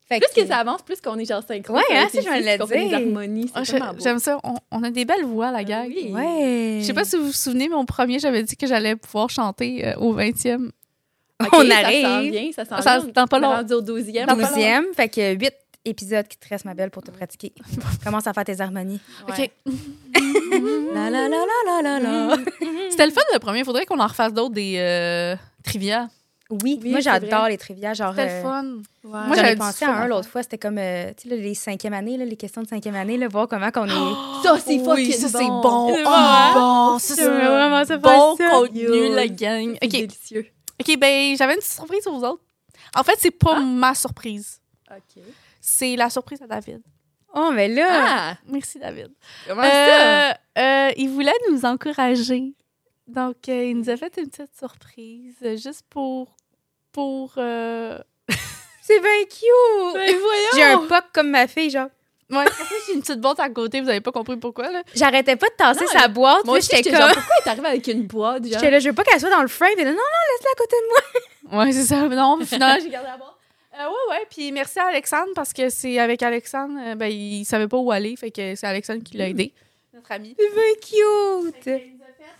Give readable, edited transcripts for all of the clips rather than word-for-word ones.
Fait Plus que ça avance, plus qu'on est genre synchro. Ouais, hein, c'est je me l'ai qu'on fait des dit. harmonies. C'est tellement beau. J'aime ça. On a des belles voix, la gang. Oui. Ouais. Je sais pas si vous vous souvenez, mais au premier, j'avais dit que j'allais pouvoir chanter au 20e. Ok, On Ça arrive. s'en vient, ça s'en Ça, vient. dans pas On est long. rendu au 12e. Dans pas 12e, fait que 8 épisodes qui te restent, ma belle, pour te pratiquer. Commence à faire tes harmonies. Ouais. OK. La la la la la la la. C'était le fun, le premier. Il faudrait qu'on en refasse d'autres des trivia. Oui, Oui, moi, c'est j'adore vrai. les trivia. Genre, C'était le fun. Ouais. Moi, j'en j'avais ai du pensé fun à à un l'autre faire. fois. C'était comme, tu sais, là, les 5e années, là, les questions de 5e année, là, voir comment qu'on est... Ça, c'est Oui, fucking ça, c'est bon. bon. Ouais. Oh, bon. Ça, c'est J'aimerais vraiment ça faire bon ça. contenu, Yo. la gang. C'est OK, délicieux. OK, ben, j'avais une petite surprise aux autres. En fait, c'est pas ma surprise. OK. C'est la surprise à David. Oh, mais là... Ah! Merci, David. Comment ça? Il voulait nous encourager. Donc, il nous a fait une petite surprise juste pour C'est bien cute! Ben voyons! J'ai un POC comme ma fille, genre. Ouais, j'ai une petite boîte à côté, vous avez pas compris pourquoi, là. J'arrêtais pas de tasser Non, sa boîte. Moi Moi, aussi, j'étais j'étais genre, comme... pourquoi elle est arrivée avec une boîte? Genre? J'étais là, je veux pas qu'elle soit dans le frame. Et là, non, laisse-la à côté de moi. Ouais, c'est ça. Non, mais finalement, j'ai gardé la boîte. Ouais. Puis merci à Alexandre, parce que c'est avec Alexandre, ben, il savait pas où aller, fait que c'est Alexandre qui l'a aidé, notre ami. C'est bien cute. Il nous a fait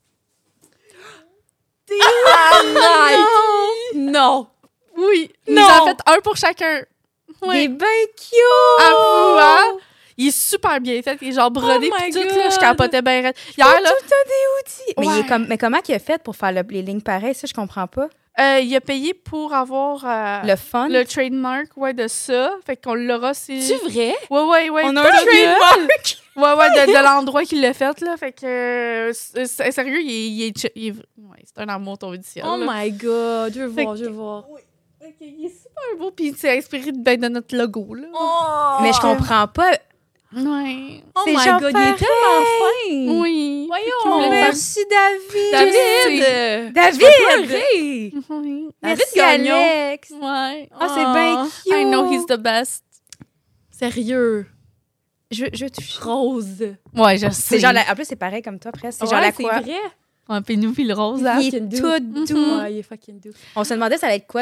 Non! Oui, il Non. nous a fait un pour chacun. Il Ouais. est bien cute. À vous, hein? Il est super bien fait. Il est genre brodé Oh pis my tout, là. Je God. capotais bien raide. Hier, là, Mais, Ouais. mais comment il a fait pour faire les lignes pareilles? Ça, je comprends pas. il a payé pour avoir Le fun. le trademark de ça. Fait qu'on l'aura, c'est... C'est vrai? Ouais. On a Tout un le- trademark. Ouais, de l'endroit qu'il l'a fait, là. Fait que, sérieux, ouais, c'est un amour tombé du ciel. Oh là. my God! Je veux Fait voir, que- je veux voir. Fait que il est super beau, puis il s'est inspiré de notre logo, là. Oh! Mais je comprends pas. Ouais. Oh C'est my genre God, il est tellement fin! Oui. Voyons! voulait Merci, David. David! David! Pleurer! Oui. David Merci, Gagnon. Alex. Ouais. Ah, c'est bien cute. I know he's the best. Sérieux? Je touche. Rose. Ouais, je sais. C'est genre, en plus, c'est pareil comme toi, presque. C'est genre la quoi? C'est vrai? Ouais, puis nous, puis le rose, là. Il est Fucking tout doux. doux. Ouais, il est fucking doux. On se demandait ça allait être quoi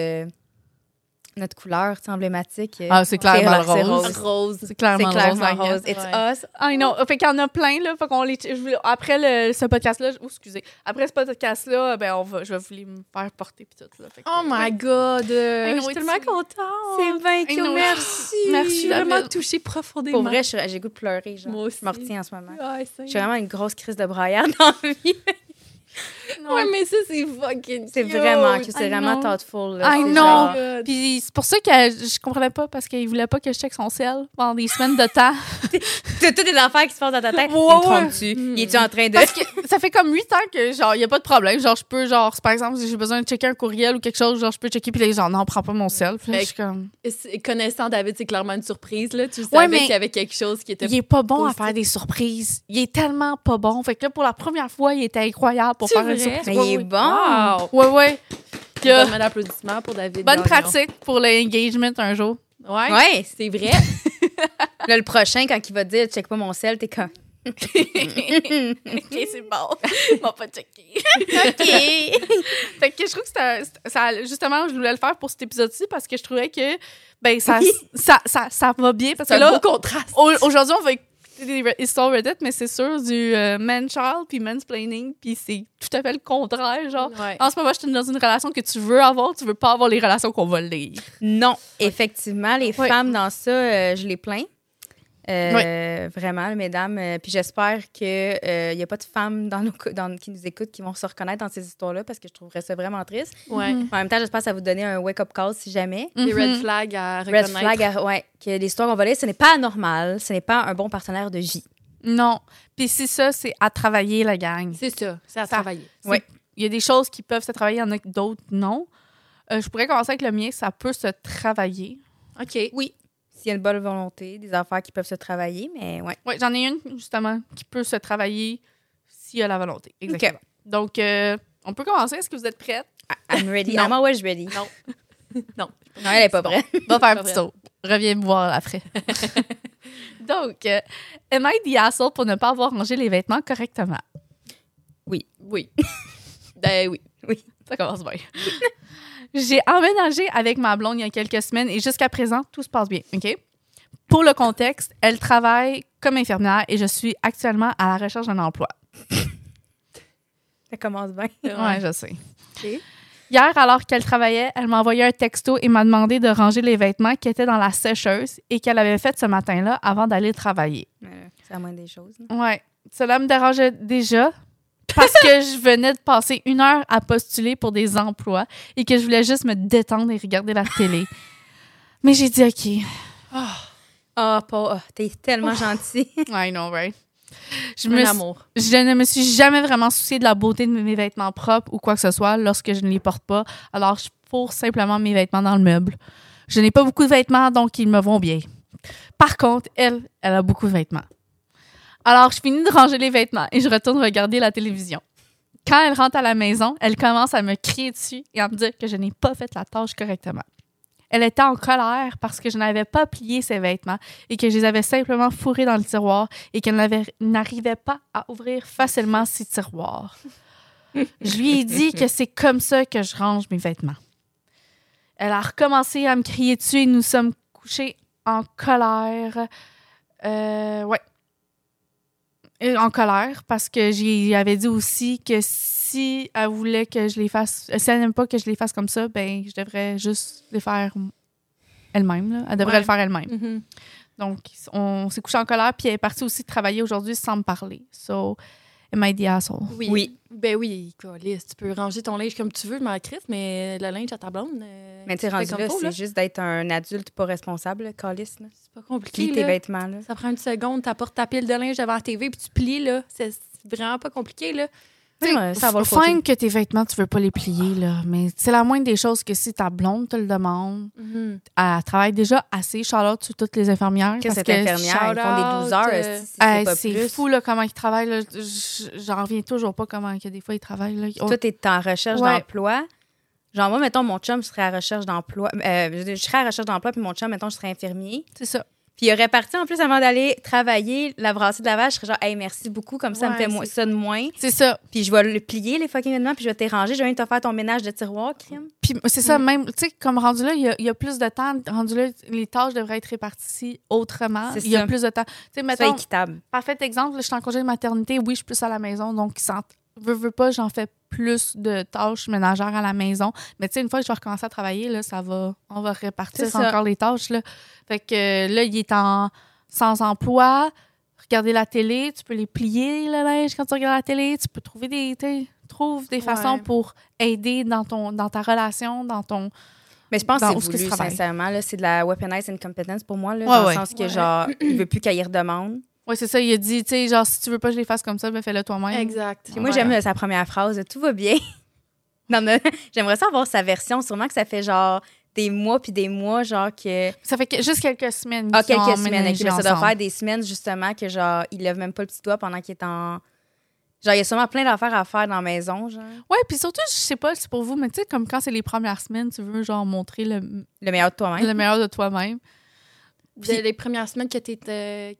notre couleur, tu sais, emblématique. Ah, c'est clairement c'est le rose. rose. Rose. C'est C'est clairement, clairement le rose. rose. It's Ouais. us. I know. Fait qu'il y en a plein, là. Fait qu'on les... Après ce podcast-là... excusez. Après ce podcast-là, ben, je vais vous les faire porter puis tout, là. Fait que, Oh my ouais. God! Je know suis it's tellement sweet. contente! C'est bien I cute. know. Merci. Merci, Je suis vraiment David. touchée profondément. Pour vrai, j'ai goût de pleurer. Genre. Moi aussi. Je me retiens en ce moment. Ouais, Je suis vraiment une grosse crise de braillard dans la vie. Ouais, mais ça, c'est fucking C'est cute. vraiment cute. C'est I vraiment know. thoughtful. Là. I C'est know. genre- God. Puis c'est pour ça que je comprenais pas, parce qu'il voulait pas que je check son sel pendant des semaines de temps. T'as toutes les affaires qui se passent dans ta tête. Ouais, Il me ouais. trompe-tu? Mm. Il est-tu en train de... Parce que ça fait comme 8 ans que, genre, il y a pas de problème. Genre, je peux, genre, par exemple, si j'ai besoin de checker un courriel ou quelque chose, genre, je peux checker, puis là, genre, non, prends pas mon sel. Puis là, je suis comme... Connaissant David, c'est clairement une surprise. Là. Tu Ouais, savais mais qu'il y avait quelque chose qui était... Il est pas bon à positif. faire des surprises. Il est tellement pas bon. Fait que là, pour la première fois, il était incroyable pour C'est faire une vrai? surprise. Mais Ouais, il est ouais. bon. Wow! Ouais. Puis là, Bonne d'applaudissements pour David bonne Gagnon. pratique pour l'engagement un jour. Ouais, Ouais. c'est vrai. Là, le prochain, quand il va te dire « check pas mon sel », t'es comme... OK, c'est bon. Il m'a pas checké. OK. Fait que je trouve que ça, justement, je voulais le faire pour cet épisode-ci parce que je trouvais que ben, ça va bien. Parce C'est que un là, beau contraste. aujourd'hui, on va écouter des histoires Reddit, mais c'est sûr du man-child puis mansplaining, puis c'est tout à fait le contraire. Genre, Ouais. en ce moment, je suis dans une relation que tu veux avoir, tu veux pas avoir les relations qu'on va lire. Non, effectivement, les Ouais. femmes dans ça, je les plains. Vraiment, mesdames. Puis j'espère qu'il n'y a pas de femmes qui nous écoutent qui vont se reconnaître dans ces histoires-là parce que je trouverais ça vraiment triste. Ouais. En même temps, j'espère que ça va vous donner un wake-up call si jamais. Des red Mhm. flags à Red reconnaître. flag, que l'histoire qu'on va lire, ce n'est pas anormal, ce n'est pas un bon partenaire de vie. Non. Puis c'est ça, c'est à travailler, la gang. C'est ça, c'est à Ça- travailler. Ouais. Il y a des choses qui peuvent se travailler, il y en a d'autres non. Je pourrais commencer avec le mien, ça peut se travailler. OK. Oui. S'il y a une bonne volonté, des affaires qui peuvent se travailler, mais ouais. Oui, j'en ai une, justement, qui peut se travailler s'il y a la volonté. Exactement. Donc, on peut commencer. Est-ce que vous êtes prête? I'm ready. Non. I'm always ready. Non. Non. Non, elle n'est pas prête. Va faire Pas un petit saut. Reviens me voir après. Donc, am I the asshole pour ne pas avoir rangé les vêtements correctement? Oui. Ben oui. Ça commence bien. J'ai emménagé avec ma blonde il y a quelques semaines et jusqu'à présent, tout se passe bien, OK? Pour le contexte, elle travaille comme infirmière et je suis actuellement à la recherche d'un emploi. Ça commence bien. Ouais, je sais. OK. Hier, alors qu'elle travaillait, elle m'a envoyé un texto et m'a demandé de ranger les vêtements qui étaient dans la sécheuse et qu'elle avait fait ce matin-là avant d'aller travailler. C'est la moindre des choses. Là. Ouais. Cela me dérangeait déjà parce que je venais de passer 1 heure à postuler pour des emplois et que je voulais juste me détendre et regarder la télé. Mais j'ai dit OK. T'es tellement gentil. I know, right? Amour. Je ne me suis jamais vraiment souciée de la beauté de mes vêtements propres ou quoi que ce soit lorsque je ne les porte pas. Alors, je fourre simplement mes vêtements dans le meuble. Je n'ai pas beaucoup de vêtements, donc ils me vont bien. Par contre, elle a beaucoup de vêtements. Alors, je finis de ranger les vêtements et je retourne regarder la télévision. Quand elle rentre à la maison, elle commence à me crier dessus et à me dire que je n'ai pas fait la tâche correctement. Elle était en colère parce que je n'avais pas plié ses vêtements et que je les avais simplement fourrés dans le tiroir et qu'elle n'arrivait pas à ouvrir facilement ses tiroirs. Je lui ai dit que c'est comme ça que je range mes vêtements. Elle a recommencé à me crier dessus et nous sommes couchés en colère. Ouais. En colère parce que j'y avais dit aussi que si elle voulait que je les fasse, si elle n'aime pas que je les fasse comme ça, ben je devrais juste les faire elle-même. Là. Elle devrait le faire elle-même. Mm-hmm. Donc, on s'est couché en colère puis elle est partie aussi travailler aujourd'hui sans me parler. So, it might be asshole. Oui. Ben oui, Alice, tu peux ranger ton linge comme tu veux, ma Chris, mais le linge à ta blonde. Mais tu sais, rendu là, c'est juste d'être un adulte pas responsable, Calice. C'est pas compliqué. Plie tes vêtements. Là. Ça prend 1 seconde, t'apportes ta pile de linge devant la TV puis tu plies, là. C'est vraiment pas compliqué, là. Ça va le fine que tes vêtements, tu veux pas les plier, là, mais c'est la moindre des choses que si ta blonde te le demande, elle travaille déjà assez. Charlotte sur toutes les infirmières. Qu'est-ce que cette infirmière, ils font des 12 heures. C'est fou là, comment ils travaillent. Là. J'en reviens toujours pas comment que des fois ils travaillent. Là. Toi, t'es en recherche d'emploi. Genre, moi, mettons, mon chum, je serais à la recherche d'emploi. Je serais à la recherche d'emploi, puis mon chum, mettons, je serais infirmier. C'est ça. Puis il aurait parti en plus avant d'aller travailler la brasserie de lavage. Je serais genre, hey, merci beaucoup, comme ça me fait ça de moins. C'est ça. Puis je vais le plier, les fucking vêtements, puis je vais t'éranger. Je vais même te faire ton ménage de tiroir, crime. Puis c'est ça, même, tu sais, comme rendu là, il y a plus de temps. Rendu là, les tâches devraient être réparties autrement. Il y a plus de temps. Tu sais, mettons, c'est équitable. Parfait exemple, là, je suis en congé de maternité. Oui, je suis plus à la maison, donc veux pas, j'en fais plus de tâches ménagères à la maison. Mais tu sais, une fois que je vais recommencer à travailler, là, on va répartir encore les tâches. Là. Fait que là, il est sans emploi. Regarder la télé, tu peux les plier, le linge, quand tu regardes la télé. Tu peux trouver des façons pour aider dans ta relation, dans ton... Mais je pense que c'est voulu, sincèrement. Là, c'est de la weaponized incompetence pour moi, là, dans le sens que, genre, il veut plus qu'elle y redemande. Oui, c'est ça. Il a dit, tu sais, genre, si tu veux pas que je les fasse comme ça, ben fais-le toi-même. Exact. Puis moi, j'aime sa première phrase, tout va bien. Non, mais j'aimerais ça avoir sa version. Sûrement que ça fait, genre, des mois puis des mois, genre, que... Ça fait juste quelques semaines. Quelques semaines. Mais ça doit faire des semaines, justement, que, genre, il lève même pas le petit doigt pendant qu'il est en... Genre, il y a sûrement plein d'affaires à faire dans la maison, genre. Ouais, puis surtout, je sais pas, c'est pour vous, mais tu sais, comme quand c'est les premières semaines, tu veux, genre, montrer le meilleur de toi-même. Le meilleur de toi-même. Puis les premières semaines que t'étais...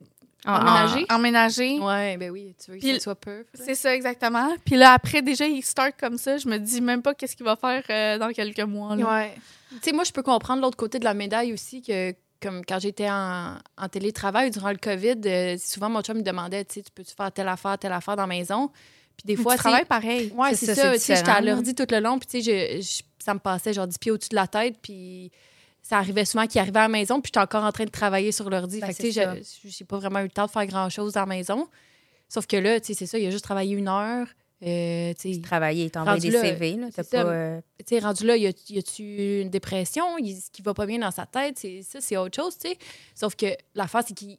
Emménagé. Ouais, ben oui, tu veux que ça soit peu. C'est ça, exactement. Puis là, après, déjà, il start comme ça. Je me dis même pas qu'est-ce qu'il va faire dans quelques mois. Là. Ouais. Tu sais, moi, je peux comprendre l'autre côté de la médaille aussi, que comme quand j'étais en télétravail durant le COVID, souvent, mon chum me demandait, tu sais, tu peux-tu faire telle affaire dans la maison? Puis des fois, tu travailles pareil. Ouais, c'est ça. Tu sais, j'étais à l'ordi tout le long, puis tu sais, ça me passait genre 10 pieds au-dessus de la tête, puis... Ça arrivait souvent qu'il arrivait à la maison, puis j'étais encore en train de travailler sur l'ordi. Fait que, tu sais, j'ai pas vraiment eu le temps de faire grand-chose à la maison. Sauf que là, tu sais, c'est ça, il a juste travaillé 1 heure. Travailler, il t'envoie des CV. Là, t'as pas... Tu sais, rendu là, y a-tu une dépression? Ce qui va pas bien dans sa tête? C'est autre chose, tu sais. Sauf que l'affaire, c'est qu'il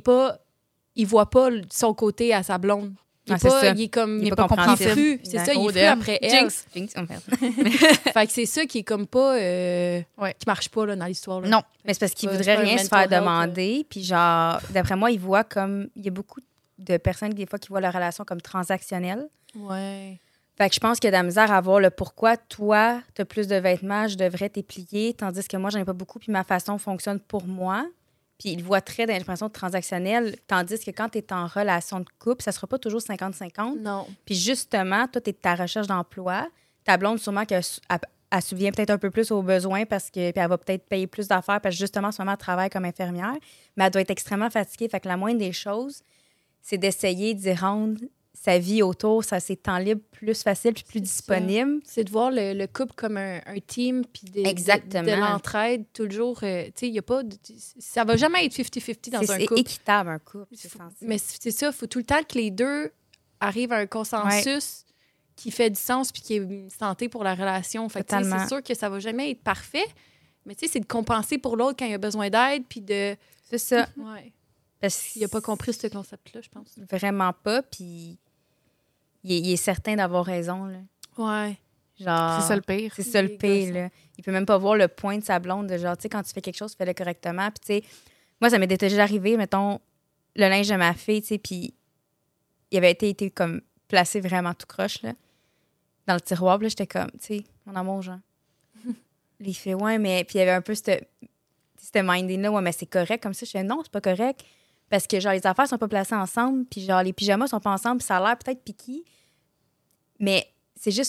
il voit pas son côté à sa blonde. Il est comme... Il est pas compréhensif. C'est ça, il est fru après elle. Jinx. Fait que c'est ça qui est comme pas... qui marche pas là, dans l'histoire. Là. Non, mais c'est parce qu'il voudrait rien se faire demander. Puis genre, d'après moi, il voit comme... Il y a beaucoup de personnes, des fois, qui voient leur relation comme transactionnelle. Ouais. Fait que je pense qu'il y a de la misère à voir le pourquoi toi, t'as plus de vêtements, je devrais t'éplier, tandis que moi, j'en ai pas beaucoup, puis ma façon fonctionne pour moi. Puis il voit très d'impression transactionnelle, tandis que quand tu es en relation de couple, ça sera pas toujours 50-50. Non. Puis justement, toi, tu es de ta recherche d'emploi, ta blonde, sûrement qu'elle elle souvient peut-être un peu plus aux besoins parce que puis elle va peut-être payer plus d'affaires parce que justement, en ce moment, elle travaille comme infirmière, mais elle doit être extrêmement fatiguée. Fait que la moindre des choses, c'est d'essayer d'y rendre sa vie autour, ses temps libres plus faciles puis plus disponibles. C'est de voir le couple comme un team puis de l'entraide toujours. Tu sais, il y a pas ça va jamais être 50-50 dans un couple. C'est équitable, un couple. Mais c'est ça, il faut tout le temps que les deux arrivent à un consensus qui fait du sens puis qui est santé pour la relation. Fait que, c'est sûr que ça va jamais être parfait, mais tu sais, c'est de compenser pour l'autre quand il a besoin d'aide puis de... C'est ça. Ouais. Parce qu'il n'a pas compris ce concept-là, je pense. Vraiment pas, puis il est certain d'avoir raison, là. Ouais. Genre, c'est ça le pire. C'est ça le pire, là. Il peut même pas voir le point de sa blonde de genre, tu sais, quand tu fais quelque chose, fais-le correctement. Puis, tu sais, moi, ça m'est déjà arrivé, mettons, le linge de ma fille, tu sais, puis il avait été comme placé vraiment tout croche, là, dans le tiroir. Puis là, j'étais comme, tu sais, mon amour, genre. Il fait, ouais, mais. Puis il y avait un peu cette minding-là, ouais, mais c'est correct comme ça. Je fais, non, c'est pas correct. Parce que, genre, les affaires sont pas placées ensemble, puis genre, les pyjamas sont pas ensemble, puis ça a l'air peut-être piqué. Mais c'est juste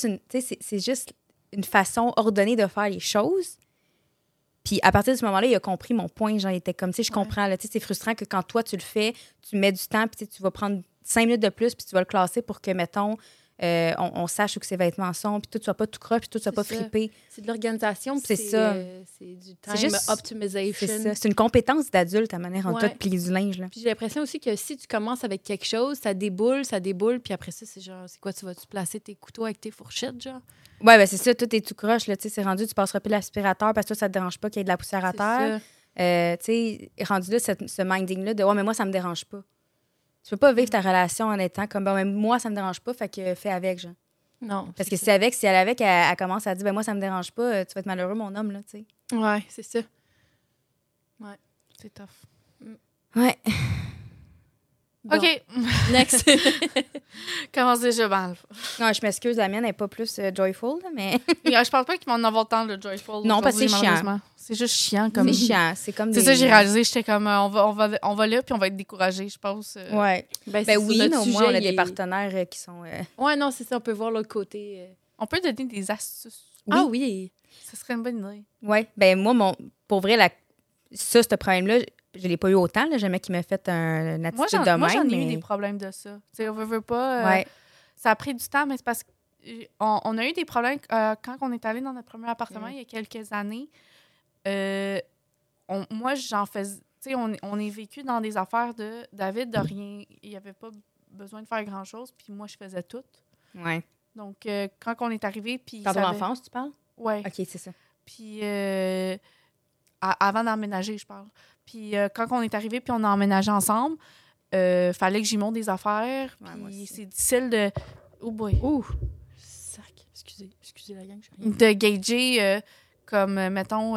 une façon ordonnée de faire les choses. Puis à partir de ce moment-là, il a compris mon point. Genre, il était comme, tu sais, je comprends. Là, tu sais, c'est frustrant que quand toi, tu le fais, tu mets du temps, puis tu vas prendre 5 minutes de plus, puis tu vas le classer pour que, mettons, on sache où que ses vêtements sont, puis tout soit pas tout croche, puis tout soit pas frippé. C'est de l'organisation, c'est ça. C'est du time optimization. C'est ça. C'est une compétence d'adulte, à manière en tout de plier du linge. Là. Puis j'ai l'impression aussi que si tu commences avec quelque chose, ça déboule, puis après ça, c'est genre, c'est quoi, tu vas-tu placer tes couteaux avec tes fourchettes, genre? Ouais, ben c'est ça, tout est tout croche, là, tu sais, c'est rendu, tu passeras plus l'aspirateur parce que toi, ça te dérange pas qu'il y ait de la poussière à terre. Tu sais, rendu là, ce minding-là de « ouais, mais moi, ça me dérange pas ». Tu peux pas vivre ta relation en étant comme « ben, mais moi, ça me dérange pas, fait que fais avec, genre ». Non. Parce que si elle est avec, elle commence à dire « ben moi, ça me dérange pas, tu vas être malheureux, mon homme, là, tu sais ». Ouais, c'est ça. Ouais, c'est tough. Ouais. Bon. OK. Next. Commence déjà mal. Non, je m'excuse, la mienne n'est pas plus joyful, mais... Je pense pas qu'ils vont en avoir tant de joyful. Non, parce que c'est chiant. C'est juste chiant. Comme... C'est chiant. C'est comme ça, j'ai réalisé. J'étais comme, on va là, puis on va être découragés, je pense. Ouais. Ben oui, mais au moins, on a des partenaires qui sont... Ouais, non, c'est ça. On peut voir l'autre côté. On peut donner des astuces. Oui. Ah oui. Ça serait une bonne idée. Ouais. Ben moi, pour vrai, ce problème-là... Je l'ai pas eu autant, là, jamais qu'il m'a fait une attitude de même. Moi, j'en ai eu des problèmes de ça. Tu sais, on veut pas... Ça a pris du temps, mais c'est parce qu'on a eu des problèmes quand on est allé dans notre premier appartement il y a quelques années. Moi, j'en faisais... Tu sais, on est vécu dans des affaires de David, de rien. Il n'y avait pas besoin de faire grand-chose, puis moi, je faisais tout. Ouais. Donc, quand on est arrivé... Dans ton enfance, tu parles? Oui. OK, c'est ça. Puis, avant d'emménager, je parle. Puis quand on est arrivé puis on a emménagé ensemble, fallait que j'y monte des affaires. Puis c'est difficile de... Oh boy. Ouh! Sac. Excusez la gang. De gager comme, mettons...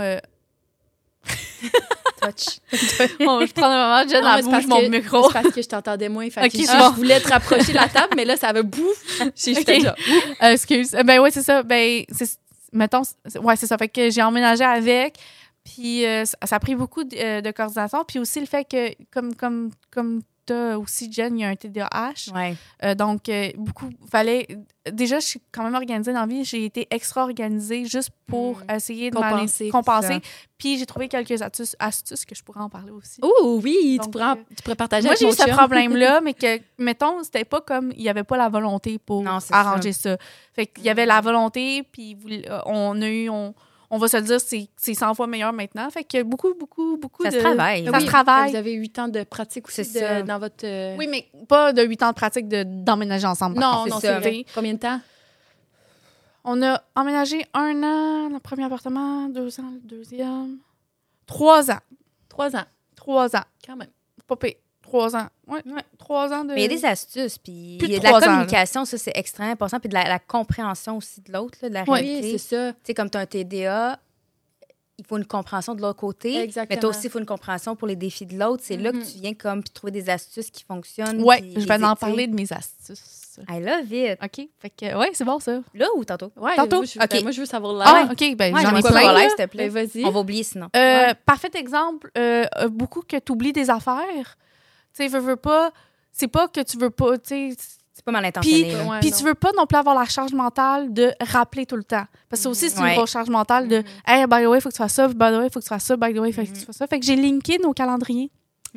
Touch. Je prends un moment, Jen, elle bouge mon micro. C'est parce que je t'entendais moins. Fait je voulais te rapprocher la table, mais là, ça avait bouf. Excuse. Ben oui, c'est ça. Ben, mettons... Ouais, c'est ça. Fait que j'ai emménagé avec... Puis ça a pris beaucoup de coordination. Puis aussi le fait que, comme tu as aussi, Jen, il y a un TDAH. Ouais. Donc, fallait... Déjà, je suis quand même organisée dans la vie. J'ai été extra-organisée juste pour essayer de compenser. Puis j'ai trouvé quelques astuces que je pourrais en parler aussi. Oh oui, donc, tu pourrais partager avec moi, j'ai eu ce problème-là, mais que, mettons, c'était pas comme... Il n'y avait pas la volonté pour arranger ça. Fait qu'il y avait la volonté, puis on va se le dire, c'est 100 fois meilleur maintenant. Fait que beaucoup ça se travaille. Ça se travaille. Vous avez 8 ans de pratique aussi dans votre... Oui, mais pas de 8 ans de pratique d'emménager ensemble. Non, c'est vrai. Combien de temps? On a emménagé 1 an, le premier appartement, 2 ans, le deuxième. 3 ans. 3 ans. 3 ans. Quand même. Pas pire. 3 ans. Ouais. 3 ans de... Mais il y a des astuces, puis il y a de la communication, ça, c'est extrêmement important, puis de la compréhension aussi de l'autre, là, de la réalité. Oui, c'est ça. Tu sais, comme tu as un TDA, il faut une compréhension de l'autre côté. Exactement. Mais toi aussi, il faut une compréhension pour les défis de l'autre. C'est là que tu viens comme trouver des astuces qui fonctionnent. Oui, je vais en parler de mes astuces. I love it. OK. Fait que, ouais, c'est bon, ça. Là ou tantôt? Ouais, tantôt. Moi, je veux savoir là. Ah, OK. Ben, j'en ai plein. S'il te plaît. Ben, vas-y. On va oublier sinon. Parfait exemple, beaucoup que tu oublies des affaires. Tu sais, veux pas... C'est pas que tu veux pas... Tu sais, C'est pas mal intentionné. Puis tu veux pas non plus avoir la charge mentale de rappeler tout le temps. Parce que ça aussi, c'est une grosse charge mentale de « Hey, by the way, il faut que tu fasses ça. By the way, il faut que tu fasses ça. By the way, il faut que tu fasses ça. » Fait que j'ai linké nos calendriers.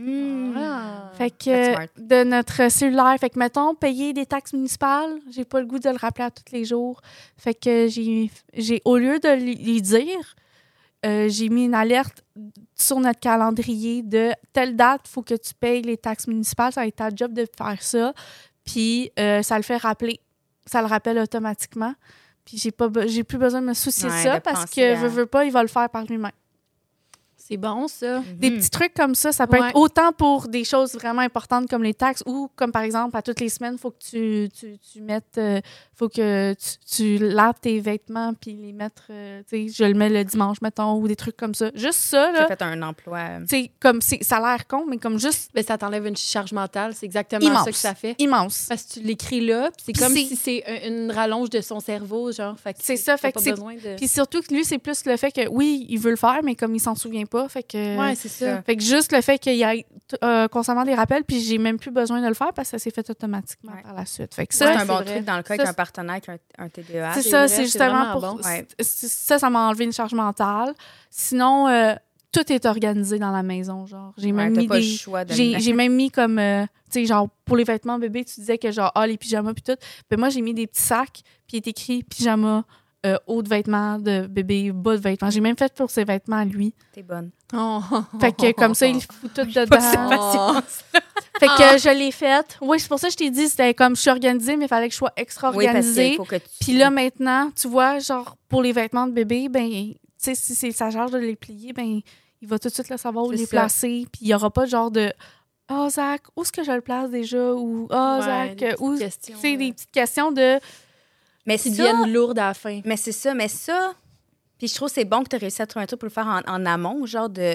Fait que de notre cellulaire. Fait que, mettons, payer des taxes municipales, j'ai pas le goût de le rappeler à tous les jours. Fait que j'ai au lieu de lui dire, j'ai mis une alerte sur notre calendrier de telle date, il faut que tu payes les taxes municipales. Ça va être ta job de faire ça. Puis ça le fait rappeler. Ça le rappelle automatiquement. Puis j'ai plus besoin de me soucier de ça parce que veux pas, il va le faire par lui-même. C'est bon, ça. Des petits trucs comme ça peut être autant pour des choses vraiment importantes comme les taxes ou comme, par exemple, à toutes les semaines, il faut que tu mettes... faut que tu laves tes vêtements puis les mettre... tu sais, je le mets le dimanche, mettons, ou des trucs comme ça. Juste ça, là... Tu as fait un emploi... Tu sais, comme ça a l'air con, mais comme juste... Mais ça t'enlève une charge mentale. C'est exactement ça que ça fait. Immense. Parce que tu l'écris là, puis c'est comme si c'est une rallonge de son cerveau, genre. Fait que c'est ça, fait que c'est... Puis surtout que lui, c'est plus le fait que, oui, il veut le faire, mais comme il s'en souvient pas, fait que... Ouais, c'est ça. Fait que juste le fait qu'il y ait constamment des rappels, puis j'ai même plus besoin de le faire parce que ça s'est fait automatiquement par la suite. Fait que ça, c'est un bon truc dans le cas avec un partenaire qui a un TDAH. C'est ça, c'est justement pour... Bon. Ça m'a enlevé une charge mentale. Sinon, tout est organisé dans la maison, genre. J'ai même mis j'ai même mis comme... tu sais, genre, pour les vêtements bébé, tu disais que genre, les pyjamas puis tout. Puis moi, j'ai mis des petits sacs, puis il est écrit pyjama, haut de vêtements de bébé, bas de vêtements. J'ai même fait pour ses vêtements à lui. T'es bonne. Fait que comme ça, il fout tout dedans. Fait que je l'ai faite. Oui, c'est pour ça que je t'ai dit, c'était comme je suis organisée, mais il fallait que je sois extra organisée. Puis là, maintenant, tu vois, genre, pour les vêtements de bébé, ben, tu sais, si c'est sa charge de les plier, ben, il va tout de suite le savoir où les placer. Puis il n'y aura pas genre de « Ah, Zach, où est-ce que je le place déjà? » Ou « Ah, Zach, où... » Tu sais, des petites questions de... Mais qui deviennent lourdes à la fin. Mais c'est ça, puis je trouve que c'est bon que tu as réussi à trouver un truc pour le faire en amont, genre de...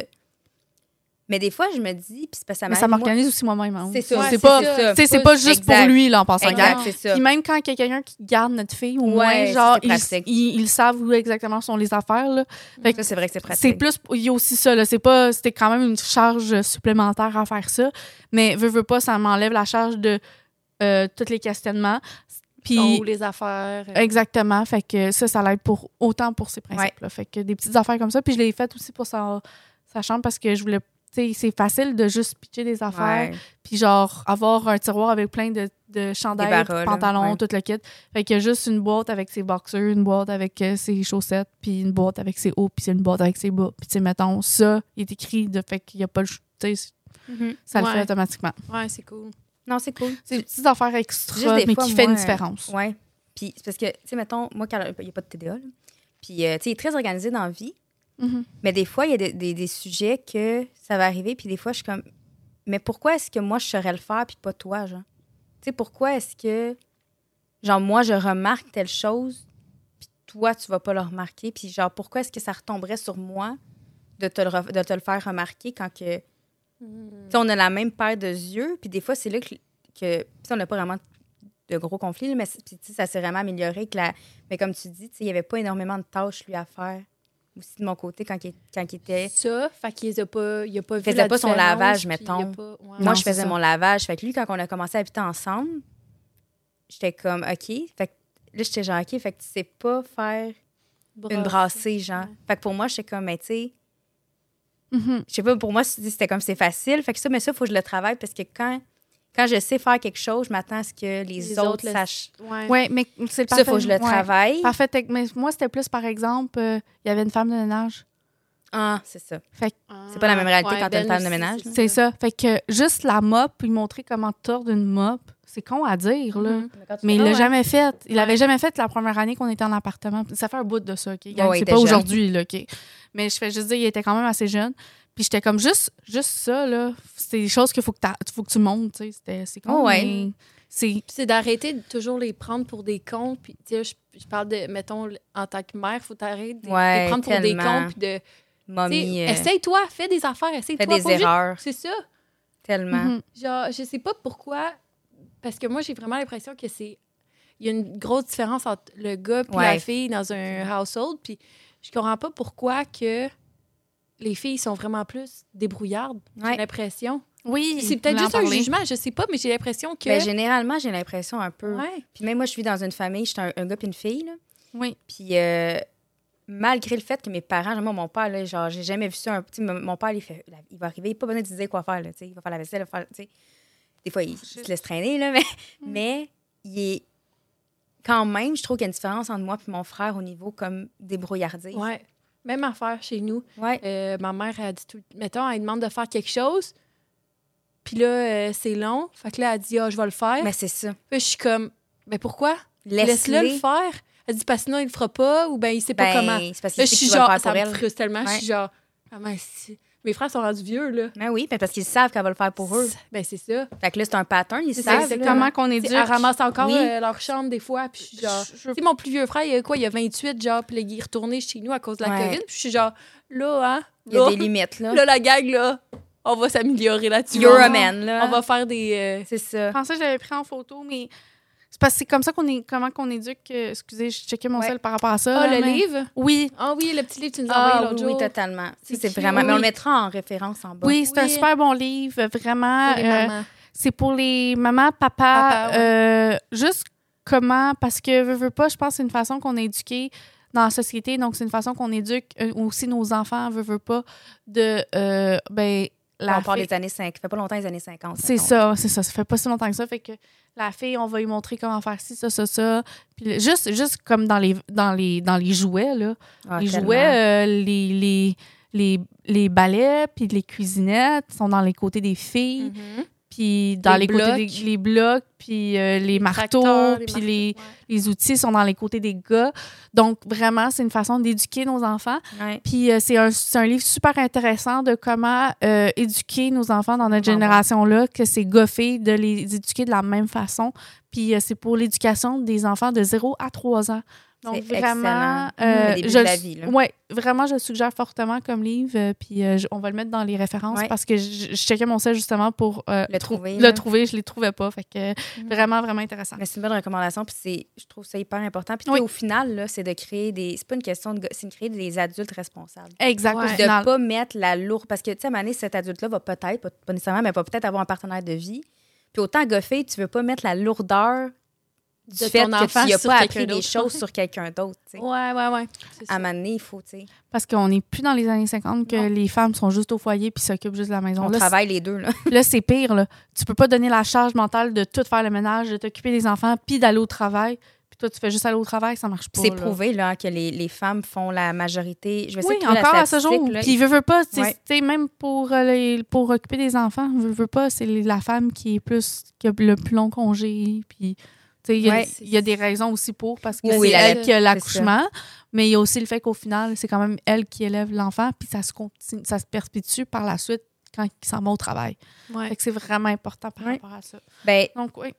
Mais des fois, je me dis... Puis parce que ça m'organise aussi moi-même. Hein. C'est ça. C'est pas juste pour lui, là, en passant. C'est ça. Puis même quand il y a quelqu'un qui garde notre fille, au moins, genre, ils savent où exactement sont les affaires. Là. Fait que ça, c'est vrai que c'est pratique. C'est plus... Il y a aussi ça, là. C'était quand même une charge supplémentaire à faire ça. Mais veux pas, ça m'enlève la charge de tous les questionnements. Puis, les affaires. Exactement. Fait que ça l'aide autant pour ces principes-là. Fait que des petites affaires comme ça. Puis je l'ai fait aussi pour sa chambre parce que je voulais... Tu sais, c'est facile de juste pitcher des affaires. Puis genre, avoir un tiroir avec plein de chandails, pantalons, tout le kit. Fait qu'il y a juste une boîte avec ses boxers, une boîte avec ses chaussettes, puis une boîte avec ses hauts, puis une boîte avec ses bas. Puis tu sais, mettons, ça, il est écrit de fait qu'il n'y a pas le... Tu sais, ça le fait automatiquement. Ouais, c'est cool. Non, c'est cool. C'est des petites affaires extra, mais qui fait une différence. Oui. Puis c'est parce que, tu sais, mettons, moi, il n'y a pas de TDA, là. Puis, tu sais, il est très organisé dans la vie. Mais des fois, il y a des sujets que ça va arriver, puis des fois, je suis comme, mais pourquoi est-ce que moi, je saurais le faire, puis pas toi, genre? Tu sais, pourquoi est-ce que, genre, moi, je remarque telle chose, puis toi, tu vas pas le remarquer, puis genre, pourquoi est-ce que ça retomberait sur moi de te le faire remarquer quand que... on a la même paire de yeux, puis des fois, c'est là que on n'a pas vraiment de gros conflits, là, mais ça s'est vraiment amélioré. Mais comme tu dis, il n'y avait pas énormément de tâches, lui, à faire. Aussi de mon côté, quand il était... Ça, fait qu'il n'a pas vu il faisait pas son lavage, mettons. Moi, je faisais ça. mon lavage. Fait que lui, quand on a commencé à habiter ensemble, j'étais comme, OK. Fait que là, j'étais genre, OK, fait que tu sais pas faire une brassée, genre. Fait que pour moi, j'étais comme, mais tu sais... Je sais pas, pour moi, c'était comme c'est facile. Fait que ça, mais ça, il faut que je le travaille parce que quand je sais faire quelque chose, je m'attends à ce que les autres sachent. Oui, mais c'est le parfait. Ça, il faut que je le travaille. Parfait. Mais moi, c'était plus, par exemple, il y avait une femme de ménage. Ah, c'est ça. Fait que, c'est pas la même réalité quand t'as une femme de ménage. C'est ça. Fait que juste la mop, puis montrer comment tordre une mop, c'est con à dire, là. Mais il l'a jamais fait. Il l'avait jamais fait la première année qu'on était en appartement. Ça fait un bout de ça, OK? C'est pas aujourd'hui, là, OK? Mais je fais juste dire, il était quand même assez jeune. Puis j'étais comme juste ça, là. C'est des choses qu'il faut que tu montes, tu sais. C'est con, mais... C'est d'arrêter de toujours les prendre pour des cons. Puis, tu sais, je parle de, mettons, en tant que mère, il faut t'arrêter de les prendre pour des cons. Puis de... Mommy, essaye-toi, fais des affaires, essaye-toi. Fais des erreurs. C'est ça. Tellement. Genre, je sais pas pourquoi, parce que moi, j'ai vraiment l'impression que il y a une grosse différence entre le gars et la fille dans un household, puis je comprends pas pourquoi que les filles sont vraiment plus débrouillardes, j'ai l'impression. Oui. C'est peut-être juste un jugement, je sais pas, mais j'ai l'impression que... Ben, généralement, j'ai l'impression un peu. Ouais. Puis même moi, je vis dans une famille, je suis un gars puis une fille, là. Oui. Puis malgré le fait que mes parents, moi, mon père, là, genre, j'ai jamais vu ça. Mon père, il va arriver, il n'a pas besoin de dire quoi faire, là, il va faire la vaisselle, des fois, il se laisse traîner, là, mais il est... Quand même, je trouve qu'il y a une différence entre moi et mon frère au niveau comme débrouillardise. Ouais. Même affaire chez nous. Ouais. Ma mère a dit tout... Mettons, elle demande de faire quelque chose, puis là, c'est long. Fait que là, elle dit, je vais le faire. Mais c'est ça. Puis je suis comme, mais pourquoi? Laisse-le le faire. Elle dit, parce que sinon, il le fera pas, ou bien il sait pas comment. C'est parce Là, qu'il je sait suis qu'il va le genre, faire pour ça me elle. frustre tellement. Ouais. Je suis genre, mes frères sont rendus vieux, là. Ben oui, parce qu'ils savent qu'elle va le faire pour eux. Ben, c'est ça. Fait que là, c'est un pattern, ils C'est savent. ça, là. Comment qu'on éduque. Elle ramasse encore Oui. leur chambre des fois, puis je suis genre... Tu sais, mon plus vieux frère, il y a 28, genre, puis là, il est retourné chez nous à cause de la Ouais. COVID, puis je suis genre, là, hein? Il y a des limites, là. Là, la gang, là, on va s'améliorer là-dessus. You're a man, là. On va faire des... C'est ça. Je pensais que je l'avais pris en photo, mais c'est parce que c'est comme ça comment qu'on éduque. Excusez, je checkais mon sel par rapport à ça. Ah, là, le mais- livre? Oui. Ah oui, le petit livre que tu nous as envoyé l'autre oui, jour. totalement. C'est C'est cute. vraiment... Mais on Oui. le mettra en référence en bas. Oui, c'est un Oui. super bon livre, vraiment. Pour les mamans. C'est pour les mamans, Papa, juste comment, parce que veux pas, je pense que c'est une façon qu'on est éduqué dans la société, donc c'est une façon qu'on éduque aussi nos enfants, veut pas, de, On parle des années 50. Ça fait pas longtemps les années 50. C'est ça. Ça fait pas si longtemps que ça. Fait que la fille, on va lui montrer comment faire ci, ça. Puis juste comme dans les jouets, là. Ah, Les tellement. jouets, les balais, puis les cuisinettes sont dans les côtés des filles. Mhm. Puis dans Les les côtés blocs. les blocs, puis les marteaux, tracteurs, puis marteaux, les outils sont dans les côtés des gars. Donc, vraiment, c'est une façon d'éduquer nos enfants. Ouais. Puis c'est un livre super intéressant de comment éduquer nos enfants dans notre Vraiment génération-là, que c'est goffé de les éduquer de la même façon. Puis c'est pour l'éducation des enfants de 0 à 3 ans. Donc, C'est vraiment, excellent. Le début de la vie, là. ouais, vraiment, je le suggère fortement comme livre. Puis on va le mettre dans les références Ouais. parce que je checkais mon site justement pour Le trouver, le là. trouver. Je ne les trouvais pas. Fait que vraiment, vraiment intéressant. Mais c'est une bonne recommandation, puis je trouve ça hyper important. Puis Oui. au final, là, c'est de créer c'est pas une question c'est de créer des adultes responsables. Exact. Ouais. au De final. pas mettre la lourde. Parce que, tu sais, à un moment donné, cet adulte-là va peut-être, pas nécessairement, mais va peut-être avoir un partenaire de vie. Puis autant goffer, tu veux pas mettre la lourdeur du De fait ton que enfant tu n'as sur pas quelqu'un appris des d'autre. choses sur quelqu'un d'autre. Tu sais. Ouais. C'est À ça. un moment donné, il faut, tu sais. Parce qu'on n'est plus dans les années 50 que Non. les femmes sont juste au foyer puis s'occupent juste de la maison. On Là, travaille les deux, là. là, c'est pire. Là. Tu peux pas donner la charge mentale de tout faire le ménage, de t'occuper des enfants puis d'aller au travail. Puis toi, tu fais juste aller au travail, ça marche pas. C'est là. prouvé, là, que les femmes font la majorité. Je vais essayer Oui, de trouver encore la à ce jour. statistique, là. Puis veut pas, tu Ouais. sais, même pour occuper des enfants, veut pas, c'est la femme qui a le plus long congé. Puis, tu sais, Ouais. il y a des raisons aussi pour, parce que Oui, c'est la elle qui a c'est l'accouchement, mais il y a aussi le fait qu'au final, c'est quand même elle qui élève l'enfant, puis ça se perpétue par la suite quand il s'en va au travail. Ouais. Fait que c'est vraiment important par Ouais. rapport à ça. Ben, Donc, oui.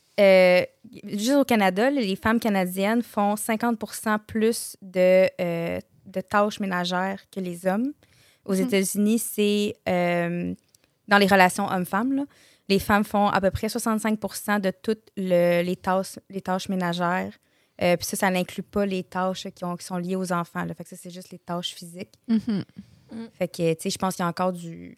juste au Canada, les femmes canadiennes font 50% plus de tâches ménagères que les hommes. Aux États-Unis, c'est dans les relations hommes-femmes, là, les femmes font à peu près 65% de toutes les tâches ménagères. Puis ça n'inclut pas les tâches qui sont liées aux enfants. Là. Fait que ça, c'est juste les tâches physiques. Mhm. Fait que, tu sais, je pense qu'il y a encore du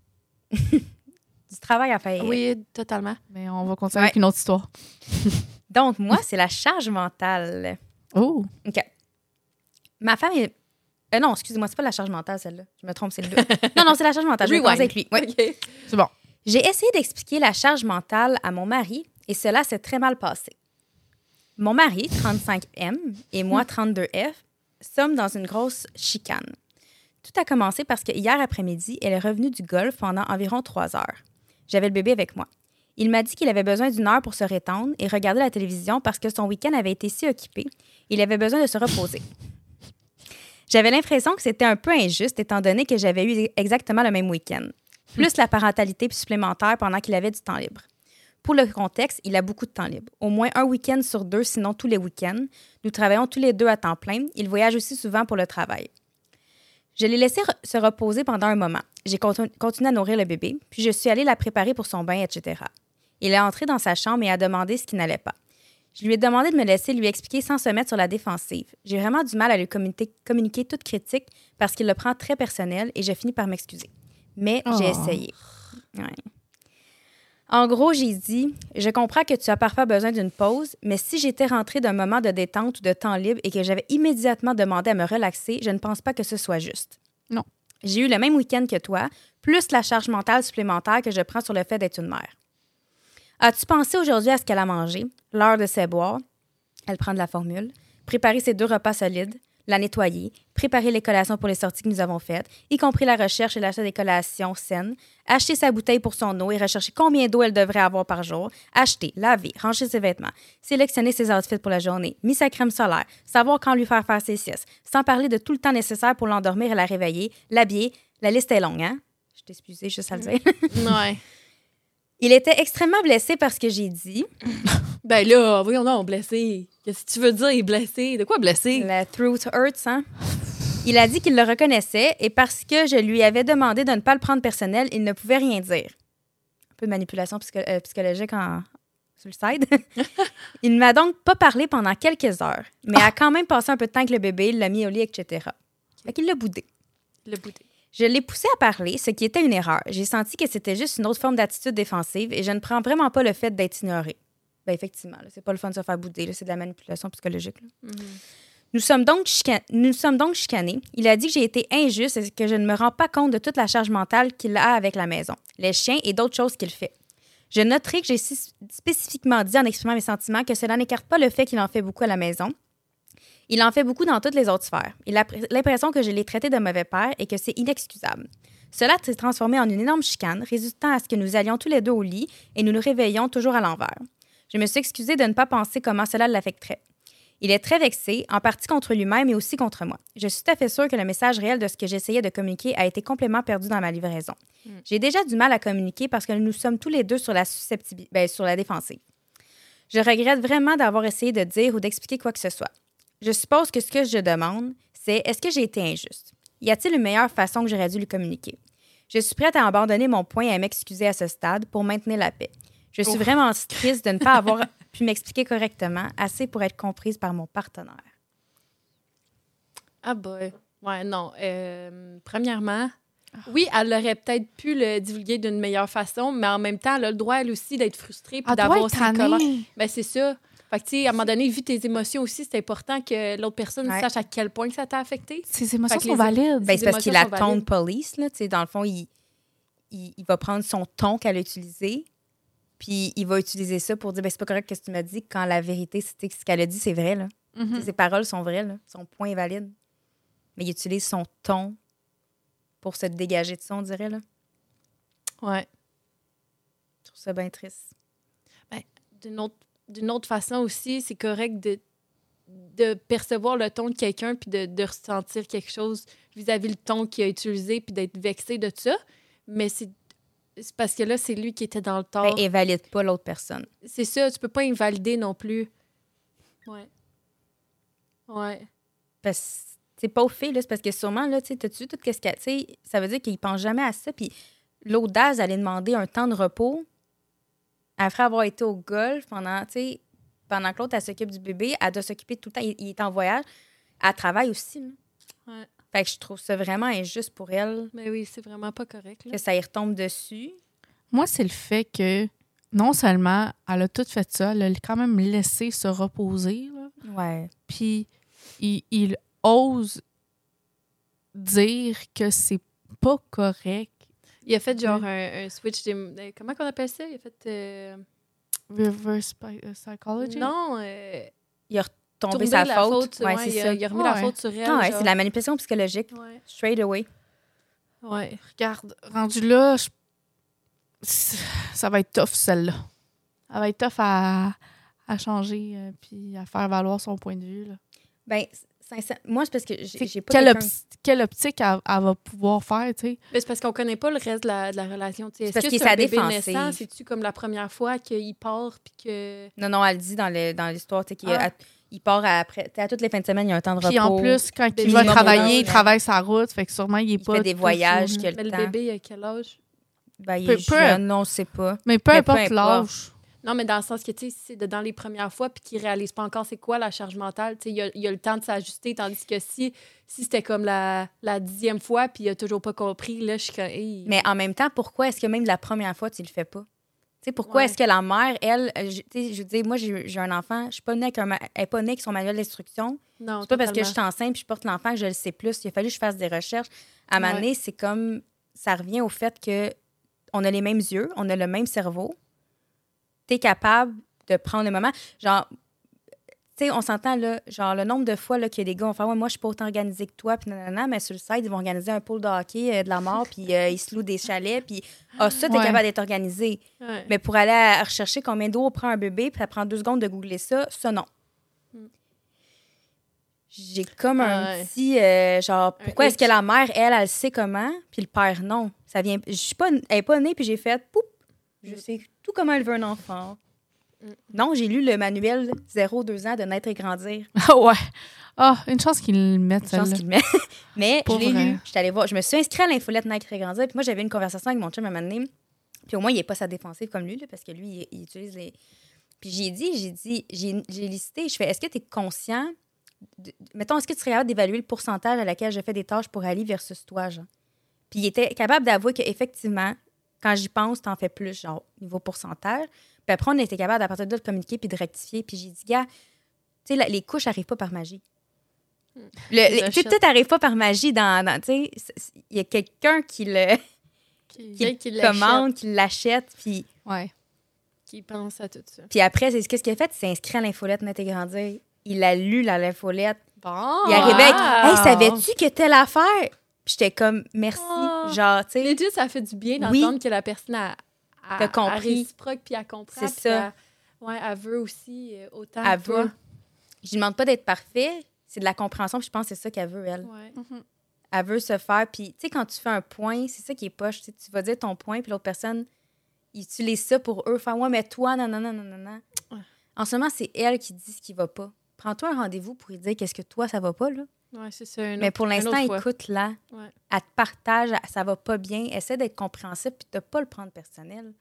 travail à faire. Oui, totalement. Mais on va continuer Ouais. avec une autre histoire. Donc, moi, c'est la charge mentale. Oh! OK. Ma femme est... non, excusez-moi, c'est pas la charge mentale, celle-là. Je me trompe, c'est le deux. Non, c'est la charge mentale. Je vais Rewind. commencer avec lui. Oui. OK. C'est bon. J'ai essayé d'expliquer la charge mentale à mon mari et cela s'est très mal passé. Mon mari, 35M, et moi, 32F, sommes dans une grosse chicane. Tout a commencé parce que hier après-midi, elle est revenue du golf pendant environ 3 heures. J'avais le bébé avec moi. Il m'a dit qu'il avait besoin d'une heure pour se rétendre et regarder la télévision parce que son week-end avait été si occupé. Il avait besoin de se reposer. J'avais l'impression que c'était un peu injuste étant donné que j'avais eu exactement le même week-end. Plus la parentalité supplémentaire pendant qu'il avait du temps libre. Pour le contexte, il a beaucoup de temps libre. Au moins un week-end sur 2, sinon tous les week-ends. Nous travaillons tous les deux à temps plein. Il voyage aussi souvent pour le travail. Je l'ai laissé se reposer pendant un moment. J'ai continué à nourrir le bébé, puis je suis allée la préparer pour son bain, etc. Il est entré dans sa chambre et a demandé ce qui n'allait pas. Je lui ai demandé de me laisser lui expliquer sans se mettre sur la défensive. J'ai vraiment du mal à lui communiquer toute critique parce qu'il le prend très personnel et je finis par m'excuser. Mais j'ai essayé. Ouais. En gros, j'ai dit, je comprends que tu as parfois besoin d'une pause, mais si j'étais rentrée d'un moment de détente ou de temps libre et que j'avais immédiatement demandé à me relaxer, je ne pense pas que ce soit juste. Non. J'ai eu le même week-end que toi, plus la charge mentale supplémentaire que je prends sur le fait d'être une mère. As-tu pensé aujourd'hui à ce qu'elle a mangé, l'heure de ses boires, elle prend de la formule, préparer ses 2 repas solides, la nettoyer, préparer les collations pour les sorties que nous avons faites, y compris la recherche et l'achat des collations saines, acheter sa bouteille pour son eau et rechercher combien d'eau elle devrait avoir par jour, acheter, laver, ranger ses vêtements, sélectionner ses outfits pour la journée, mis sa crème solaire, savoir quand lui faire ses siestes, sans parler de tout le temps nécessaire pour l'endormir et la réveiller, l'habiller. La liste est longue, hein? Je t'ai excusée, juste à le dire. Ouais. Il était extrêmement blessé parce que j'ai dit... Ben là, voyons donc, blessé. Qu'est-ce que tu veux dire, blessé? De quoi blessé? La truth hurts, hein? Il a dit qu'il le reconnaissait et parce que je lui avais demandé de ne pas le prendre personnel, il ne pouvait rien dire. Un peu de manipulation psychologique sur le side. Il ne m'a donc pas parlé pendant quelques heures, mais a quand même passé un peu de temps avec le bébé, il l'a mis au lit, etc. Fait qu'il l'a boudé. Je l'ai poussé à parler, ce qui était une erreur. J'ai senti que c'était juste une autre forme d'attitude défensive et je ne prends vraiment pas le fait d'être ignoré. Ben effectivement, là, c'est pas le fun de se faire bouder, là, c'est de la manipulation psychologique. Là. Nous sommes donc chicanés. Il a dit que j'ai été injuste et que je ne me rends pas compte de toute la charge mentale qu'il a avec la maison, les chiens et d'autres choses qu'il fait. Je noterai que j'ai spécifiquement dit en exprimant mes sentiments que cela n'écarte pas le fait qu'il en fait beaucoup à la maison. Il en fait beaucoup dans toutes les autres sphères. Il a l'impression que je l'ai traité de mauvais père et que c'est inexcusable. Cela s'est transformé en une énorme chicane, résultant à ce que nous allions tous les deux au lit et nous nous réveillions toujours à l'envers. Je me suis excusée de ne pas penser comment cela l'affecterait. Il est très vexé, en partie contre lui-même et aussi contre moi. Je suis tout à fait sûre que le message réel de ce que j'essayais de communiquer a été complètement perdu dans ma livraison. J'ai déjà du mal à communiquer parce que nous sommes tous les deux sur la sur la défensive. Je regrette vraiment d'avoir essayé de dire ou d'expliquer quoi que ce soit. Je suppose que ce que je demande, c'est est-ce que j'ai été injuste? Y a-t-il une meilleure façon que j'aurais dû lui communiquer? Je suis prête à abandonner mon point et à m'excuser à ce stade pour maintenir la paix. Je suis vraiment triste de ne pas avoir pu m'expliquer correctement, assez pour être comprise par mon partenaire. Ah boy. Ouais, non. Premièrement, oui, elle aurait peut-être pu le divulguer d'une meilleure façon, mais en même temps, elle a le droit, elle aussi, d'être frustrée puis d'avoir ses colères. Ben, c'est ça. Fait que, tu sais, à un moment donné, vu tes émotions aussi, c'est important que l'autre personne sache à quel point ça t'a affecté. Ses émotions sont valides. Ben, c'est parce qu'il a ton police, là. Tu sais, dans le fond, il va prendre son ton qu'elle a utilisé, puis il va utiliser ça pour dire, ben, c'est pas correct ce que tu m'as dit, quand la vérité, c'était ce qu'elle a dit, c'est vrai, là. Ses paroles sont vraies, là. Son point est valide. Mais il utilise son ton pour se dégager de ça, on dirait, là. Ouais. Je trouve ça bien triste. Ben, d'une autre façon aussi, c'est correct de percevoir le ton de quelqu'un puis de ressentir quelque chose vis-à-vis le ton qu'il a utilisé puis d'être vexé de ça. Mais c'est parce que là, c'est lui qui était dans le tort. Ben, invalide pas l'autre personne. C'est ça, tu peux pas invalider non plus. Ouais. Ouais. Parce que c'est pas au fait, là, c'est parce que sûrement, là, tu sais, t'as-tu tout ce qu'il y a, ça veut dire qu'il pense jamais à ça. Puis l'audace d'aller demander un temps de repos après avoir été au golf pendant que l'autre, elle s'occupe du bébé, elle doit s'occuper tout le temps, il est en voyage, elle travaille aussi, là. Ouais. Fait que je trouve ça vraiment injuste pour elle. Mais oui, c'est vraiment pas correct, là. Que ça y retombe dessus. Moi, c'est le fait que non seulement elle a tout fait ça, elle a quand même laissé se reposer, là. Ouais. Puis il ose dire que c'est pas correct. Il a fait genre un switch comment qu'on appelle ça? Il a fait... Reverse psychology? Non, il a retombé sa faute. Ouais, c'est ça. Il a remis la faute sur elle. Ah ouais, c'est de la manipulation psychologique. Ouais. Straight away. Ouais. Regarde, rendu là, ça va être tough, celle-là. Ça va être tough à changer puis à faire valoir son point de vue, là. Ben, moi, c'est parce que j'ai pas quelle optique elle va pouvoir faire, tu sais? Mais c'est parce qu'on connaît pas le reste de la relation, tu sais. Est-ce parce que qu'il c'est un est bébé défensive. naissant? C'est-tu comme la première fois qu'il part puis que... Non, elle le dit dans l'histoire, tu sais, il part après... À toutes les fins de semaine, il y a un temps de repos. Puis en plus, quand il va travailler, il travaille sa route, fait que sûrement, il fait des voyages, Mais le bébé, il a quel âge? Ben, il est jeune, on sait pas. Mais peu importe l'âge. Non, mais dans le sens que, tu sais, c'est dans les premières fois puis qu'il réalise pas encore c'est quoi la charge mentale, tu sais, il a le temps de s'ajuster, tandis que si c'était comme la 10e fois puis il a toujours pas compris, là, je suis comme... Hey. Mais en même temps, pourquoi est-ce que même la première fois, tu le fais pas? sais, pourquoi est-ce que la mère, elle, je veux dire, moi, j'ai un enfant, je suis pas née avec elle n'est pas née avec son manuel d'instruction. Non, c'est pas parce que je suis enceinte puis je porte l'enfant que je le sais plus. Il a fallu que je fasse des recherches. À un moment donné, c'est comme, ça revient au fait que on a les mêmes yeux, on a le même cerveau. Tu es capable de prendre le moment. Genre, tu sais, on s'entend, là, genre, le nombre de fois là, qu'il y a des gars vont faire, ouais, moi, je suis pas autant organisée que toi, puis nanana, mais sur le site, ils vont organiser un pool de hockey de la mort, puis ils se louent des chalets, puis ça, t'es capable d'être organisé. Ouais. Mais pour aller à rechercher combien d'eau prend un bébé, puis ça prend 2 secondes de googler ça, non. J'ai comme un petit, genre, pourquoi est-ce que la mère, elle sait comment, puis le père, non? Ça vient, elle est pas née, puis j'ai fait, poup, je sais tout comment elle veut un enfant. Non, j'ai lu le manuel 0-2 ans de naître et grandir. Ah ouais. Ah, une chance qu'ils le mettent, celle-là. Une chance qu'ils le mettent. Mais pour je l'ai vrai. lu. Je suis allée voir. Je me suis inscrite à l'infolette naître et grandir. Puis moi, j'avais une conversation avec mon chum à un moment donné. Puis au moins, il n'est pas sa défensive comme lui, là, parce que lui, il utilise les... Puis j'ai listé, je fais, est-ce que tu es conscient... Mettons, est-ce que tu serais capable d'évaluer le pourcentage à laquelle je fais des tâches pour Ali versus toi, genre? Puis il était capable d'avouer qu'effectivement, quand j'y pense, t'en fais plus, genre, niveau pourcentage. Puis après, on était capable, à partir de là, de communiquer puis de rectifier. Puis j'ai dit, gars, tu sais, les couches n'arrivent pas par magie. Tu sais, tout n'arrive pas par magie dans tu sais, il y a quelqu'un qui le commande, qui l'achète, puis... Ouais. Qui pense à tout ça. Puis après, qu'est-ce qu'il a fait? Il s'est inscrit à l'infolette Naître et grandir. Il a lu l'infolette. Bon! Il arrivait avec, hey, savais-tu que telle affaire? Puis j'étais comme, merci. Genre, tu sais... Legit, ça fait du bien d'entendre que la personne a réciproque puis elle comprend. C'est ça. Elle veut aussi autant elle que toi. veut. Je lui demande pas d'être parfait, c'est de la compréhension, puis je pense que c'est ça qu'elle veut, elle. Ouais. Elle veut se faire, puis tu sais, quand tu fais un point, c'est ça qui est poche, tu vas dire ton point, puis l'autre personne, ils utilisent ça pour eux, faire « ouais, mais toi, non. » En ce moment, c'est elle qui dit ce qui va pas. Prends-toi un rendez-vous pour lui dire qu'est-ce que toi, ça va pas, là. Ouais, c'est ça. Mais pour l'instant, écoute-la. Ouais. Elle te partage, ça va pas bien. Essaie d'être compréhensible puis de pas le prendre personnel.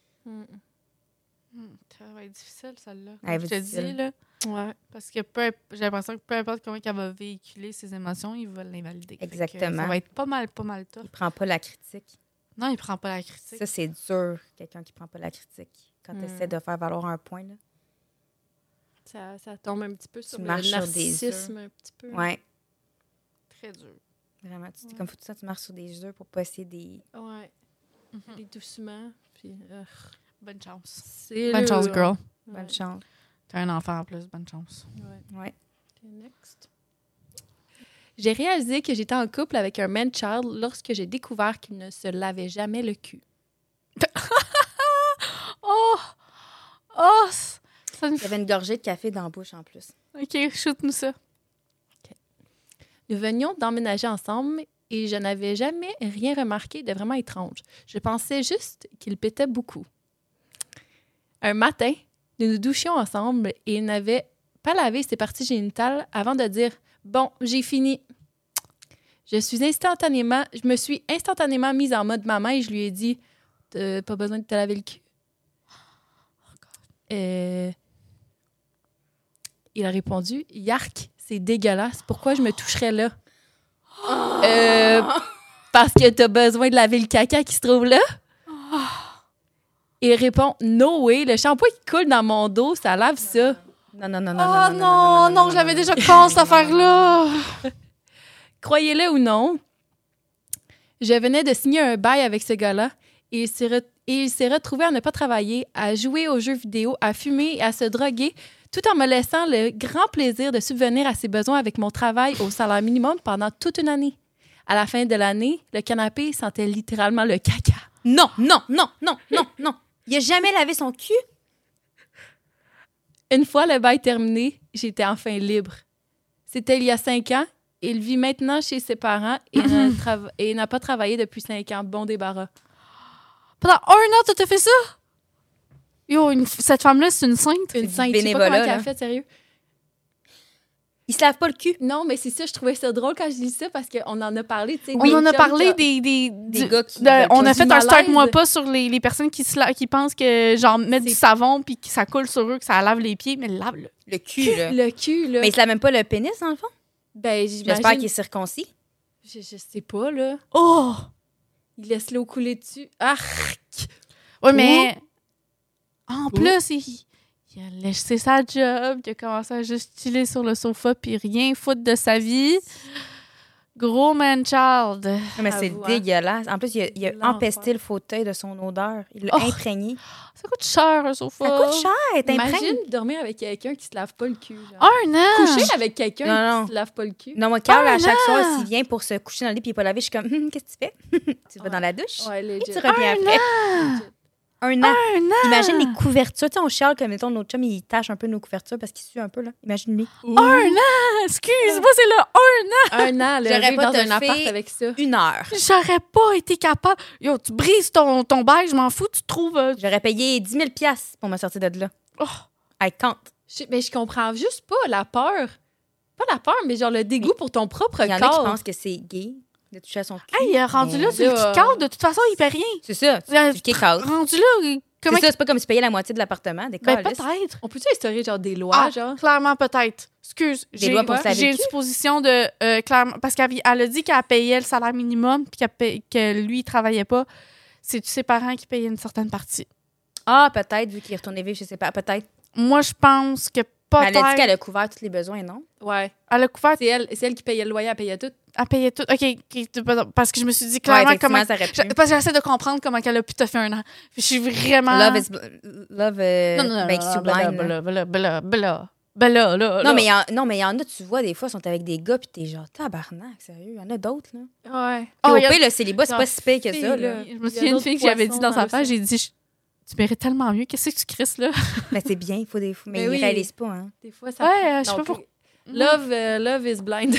Ça va être difficile, celle-là. Je te dis, là. Ouais. Parce que j'ai l'impression que peu importe comment elle va véhiculer ses émotions, il va l'invalider. Exactement. Ça va être pas mal tough. Il prend pas la critique. Non, il prend pas la critique. Ça, c'est dur, quelqu'un qui prend pas la critique. Quand tu essaies de faire valoir un point, là. Ça tombe un petit peu sur le narcissisme, un petit peu. Ouais. Très dur. Vraiment, comme tout ça, tu marches sur des œufs pour passer des... Ouais. Et doucement. Puis, bonne chance. Bonne chance, girl. Bonne chance. T'as un enfant en plus, bonne chance. Ouais. Okay, next. J'ai réalisé que j'étais en couple avec un man-child lorsque j'ai découvert qu'il ne se lavait jamais le cul. Il y avait une gorgée de café dans la bouche en plus. OK, shoot-nous ça. Okay. Nous venions d'emménager ensemble et je n'avais jamais rien remarqué de vraiment étrange. Je pensais juste qu'il pétait beaucoup. Un matin, nous nous douchions ensemble et il n'avait pas lavé ses parties génitales avant de dire « Bon, j'ai fini ». Je me suis instantanément mise en mode maman et je lui ai dit « T'as pas besoin de te laver le cul ». Il a répondu « Yark, c'est dégueulasse. Pourquoi je me toucherais là? » Parce que t'as besoin de laver le caca qui se trouve là. Il répond « No way, le shampoing qui coule dans mon dos, ça lave ça. » Non, je l'avais déjà con, cette affaire-là. Croyez-le ou non, je venais de signer un bail avec ce gars-là et il s'est retrouvé à ne pas travailler, à jouer aux jeux vidéo, à fumer et à se droguer, tout en me laissant le grand plaisir de subvenir à ses besoins avec mon travail au salaire minimum pendant toute une année. À la fin de l'année, le canapé sentait littéralement le caca. Non. Il a jamais lavé son cul? Une fois le bail terminé, j'étais enfin libre. C'était il y a 5 ans. Il vit maintenant chez ses parents et n'a pas travaillé depuis 5 ans. Bon débarras. Pendant 1 an, t'as fait ça? Yo, cette femme-là, c'est une sainte. Une sainte. Je sais pas comment elle a fait, sérieux. Il se lave pas le cul? Non, mais c'est ça, je trouvais ça drôle quand je dis ça parce qu'on en a parlé. On en a parlé des gars qui... on a fait un start-moi pas sur les personnes qui pensent que, genre, mettre du savon puis que ça coule sur eux, que ça lave les pieds, mais lave le cul, là. Le cul, là. Mais il se lave même pas le pénis, dans le fond? Ben, j'espère qu'il est circoncis. Je sais pas, là. Oh! Il laisse l'eau couler dessus. Arc! Oui, mais... En plus, il a laissé sa job, il a commencé à juste chiller sur le sofa puis rien foutre de sa vie. Gros man-child. Non, mais c'est dégueulasse. En plus, il a empesté le fauteuil de son odeur. Il l'a imprégné. Ça coûte cher, un sofa. Ça coûte cher. Imagine dormir avec quelqu'un qui se lave pas le cul. Genre. 1 an! Coucher avec quelqu'un qui se lave pas le cul. Non, moi, Carl, à chaque soir, s'il vient pour se coucher dans le lit et il n'est pas lavé, je suis comme, qu'est-ce que tu fais? Tu vas dans la douche? Ouais, legit. Tu reviens après. 1 an. 1 an. Imagine les couvertures. Tu sais, on chiale comme, mettons, notre chum, il tâche un peu nos couvertures parce qu'il sue un peu, là. Imagine-lui. 1 an! Excuse-moi, c'est le 1 an! 1 an, là, J'aurais vivre pas dans un appart avec ça. 1 heure. J'aurais pas été capable. Yo, tu brises ton bail, je m'en fous, tu trouves... J'aurais payé 10 000 $ pour me sortir de là. Oh. I can't. Mais je comprends juste pas la peur. Pas la peur, mais genre le dégoût pour ton propre corps. Il y en a qui pensent que c'est gay de toucher à son cul. Hey, rendu là, c'est le kick-out. De toute façon, il paie rien. C'est ça, c'est du kick-out. Rendu là... C'est ça, c'est pas comme si tu payais la moitié de l'appartement. Peut-être. On peut-tu instaurer genre des lois, genre? Clairement, peut-être. Excuse, des lois pour j'ai une supposition de... clairement, parce qu'elle a dit qu'elle payait le salaire minimum puis que lui, il travaillait pas. C'est ses parents qui payaient une certaine partie. Ah, peut-être, vu qu'il est retourné vivre, je sais pas. Peut-être. Moi, je pense que peut-être... Elle a dit qu'elle a couvert tous les besoins, non? Ouais. Elle a couvert... C'est elle qui payait le loyer, elle payait tout. Elle payait tout. OK, parce que je me suis dit clairement comment... Ça parce que j'essaie de comprendre comment elle a pu te faire 1 an. Je suis vraiment... Love makes you blind. Non, mais il y en a, tu vois, des fois, sont avec des gars, puis t'es genre, tabarnak, sérieux, il y en a d'autres, là. Ouais. Puis au pire, le célibat, c'est pas si pire que ça, là. Je me souviens d'une fille que j'avais dit dans sa face, j'ai dit, tu mérites tellement mieux, qu'est-ce que tu crisses, là? Mais c'est bien, il faut des fois, mais ils réalisent pas, hein. Des fois, ça... Ouais, je sais pas pourquoi. Love is blind.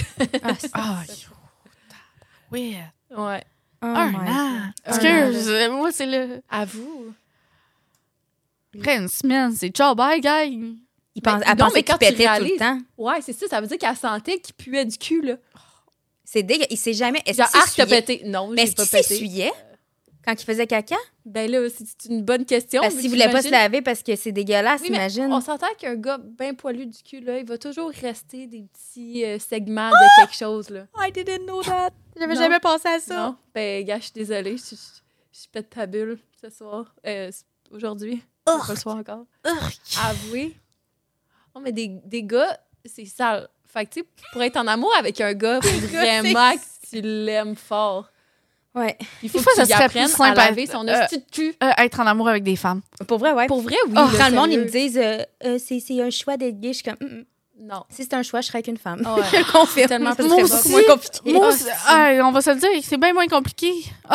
Oui. Ouais. 1 an. Excuse, moi, c'est le... Avoue. Après 1 semaine, c'est ciao, bye, guy. Elle pensait qu'il pétait tout le temps. Ouais, c'est ça. Ça veut dire qu'elle sentait qu'il puait du cul, là. C'est dégueu. Il sait jamais... Genre, t'as pété. Non, mais j'ai pas pété. Est-ce qu'il s'essuyait quand il faisait caca? Ben là, c'est une bonne question. Parce qu'il voulait pas se laver parce que c'est dégueulasse, imagine. On s'entend qu'un gars bien poilu du cul, là, il va toujours rester des petits segments de quelque chose, là. I didn't know that. J'avais jamais pensé à ça. Non. Ben, gars, je suis désolée. Je pète ta bulle ce soir. Aujourd'hui. Pas le soir encore. Avouez. Non, mais des gars, c'est sale. Fait que, tu sais, pour être en amour avec un gars, faut vraiment que tu l'aimes fort. Ouais. Il faut que tu apprennes à laver son hostie de cul. Être en amour avec des femmes. Pour vrai, ouais. Pour vrai, oui. Quand le monde, ils me disent, c'est un choix d'être gay, je suis comme, non. Si c'est un choix, je serais avec une femme. Ouais. Je confirme. Tellement ça serait beaucoup moins compliqué. On va se le dire, c'est bien moins compliqué.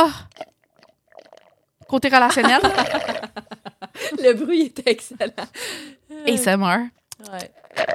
Côté relationnel. Le bruit est excellent. Et ça meurt. Ouais.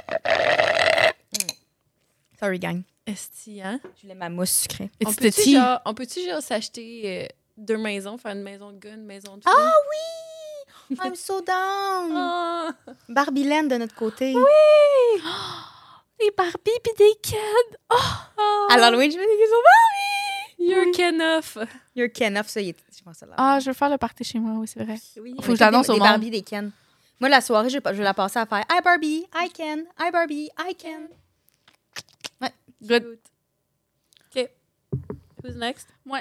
Sorry, gang. Esti, hein? Je voulais ma mousse sucrée. On peut-tu s'acheter 2 maisons, faire une maison de gars, une maison de filles? Ah oui! I'm so down! Barbie Land de notre côté. Oui! Des Barbies pis des Ken. À l'Halloween, je me dis qu'ils sont Barbie! You're Ken-off. You're Ken-off, ça, je pense à là. Je veux faire le party chez moi, oui, c'est vrai. Oui. Faut que je l'annonce au monde. Des Barbie, des Ken. Moi, la soirée, je vais la passer à faire Hi Barbie, I Ken, Hi Barbie, I Ken. Ouais. Good. OK. Who's next? Ouais.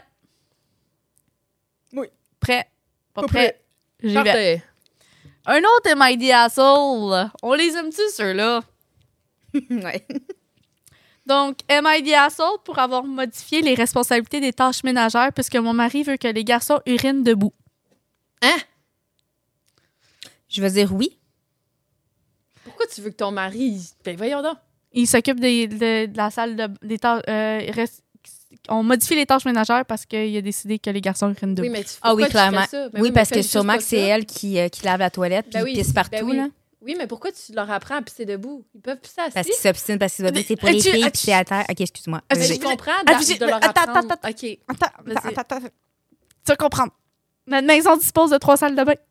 Oui. Prêt? Pas prêt? J'y vais. Parfait. Un autre MID Asshole. On les aime-tu, ceux-là? Ouais. Donc, MID Asshole pour avoir modifié les responsabilités des tâches ménagères puisque mon mari veut que les garçons urinent debout. Hein? Je vais dire oui. Pourquoi tu veux que ton mari... Ben voyons donc. Il s'occupe de la salle des tâches... on modifie les tâches ménagères parce qu'il a décidé que les garçons urinent debout. Oui, mais oui, clairement. Oui, parce que sûrement que c'est elle qui lave la toilette puis oui, pisse partout. oui. Là. Oui, mais pourquoi tu leur apprends à pisser debout? Ils peuvent pisser assis. Parce qu'ils s'obstinent, parce qu'ils doivent dire c'est pour les filles puis c'est à terre. OK, excuse-moi. Mais je comprends de leur apprendre. Attends. OK. Attends. Tu vas comprendre. Notre maison dispose de 3 salles de bain.